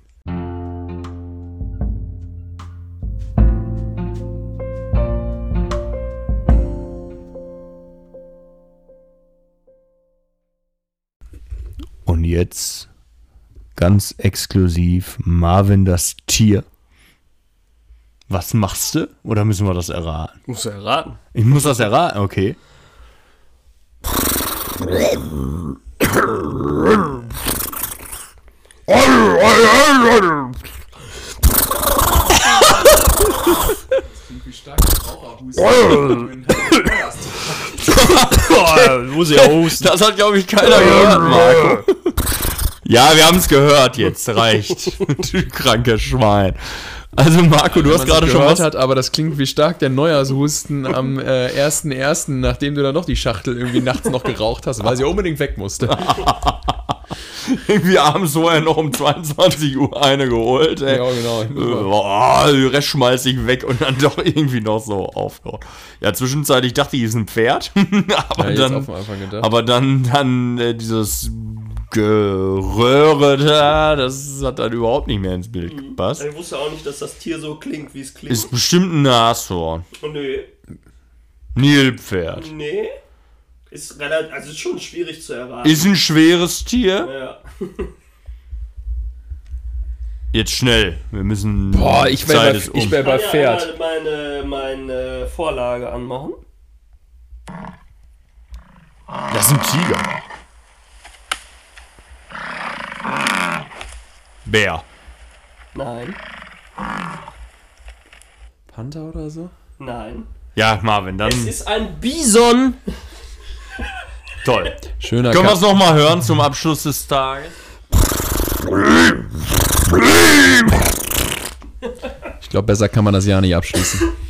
Und jetzt ganz exklusiv Marvin das Tier. Was machst du? Oder müssen wir das erraten? Musst du erraten. Ich muss das erraten, okay. Wie stark der Raucherhusten. Muss ja husten. Das hat, glaube ich, keiner gehört, Marco. Ja, wir haben es gehört jetzt. Reicht. Du kranke Schwein. Also Marco, du hast gerade schon was... hat, aber das klingt wie stark der Neujahrshusten am äh, ersten ersten, nachdem du dann noch die Schachtel irgendwie nachts noch geraucht hast, weil sie unbedingt weg musste. Irgendwie abends vorher noch um zweiundzwanzig Uhr eine geholt. Ey. Ja, genau. Ich muss Äh, mal- Boah, den Rest schmeiß ich weg und dann doch irgendwie noch so aufgehauen. Ja, zwischenzeitlich dachte ich, es ist ein Pferd. aber, Ja, jetzt dann, auf den Anfang gedacht. aber dann, dann äh, dieses Geröhre da, das hat dann überhaupt nicht mehr ins Bild gepasst. Ich wusste auch nicht, dass das Tier so klingt, wie es klingt. Ist bestimmt ein Nashorn. Nee. Nilpferd. Nee. Ist relativ, also ist schon schwierig zu erraten. Ist ein schweres Tier. Ja. Jetzt schnell. Wir müssen. Boah, ich wäre Zeit bei, ist um. ich wär bei Kann ja Pferd. einmal meine, meine Vorlage anmachen. Das ist ein Tiger. Bär. Nein. Panther oder so? Nein. Ja, Marvin, dann Es ist ein Bison. toll. Schöner Können wir es Ka- nochmal hören zum Abschluss des Tages? Ich glaube, besser kann man das Jahr nicht abschließen.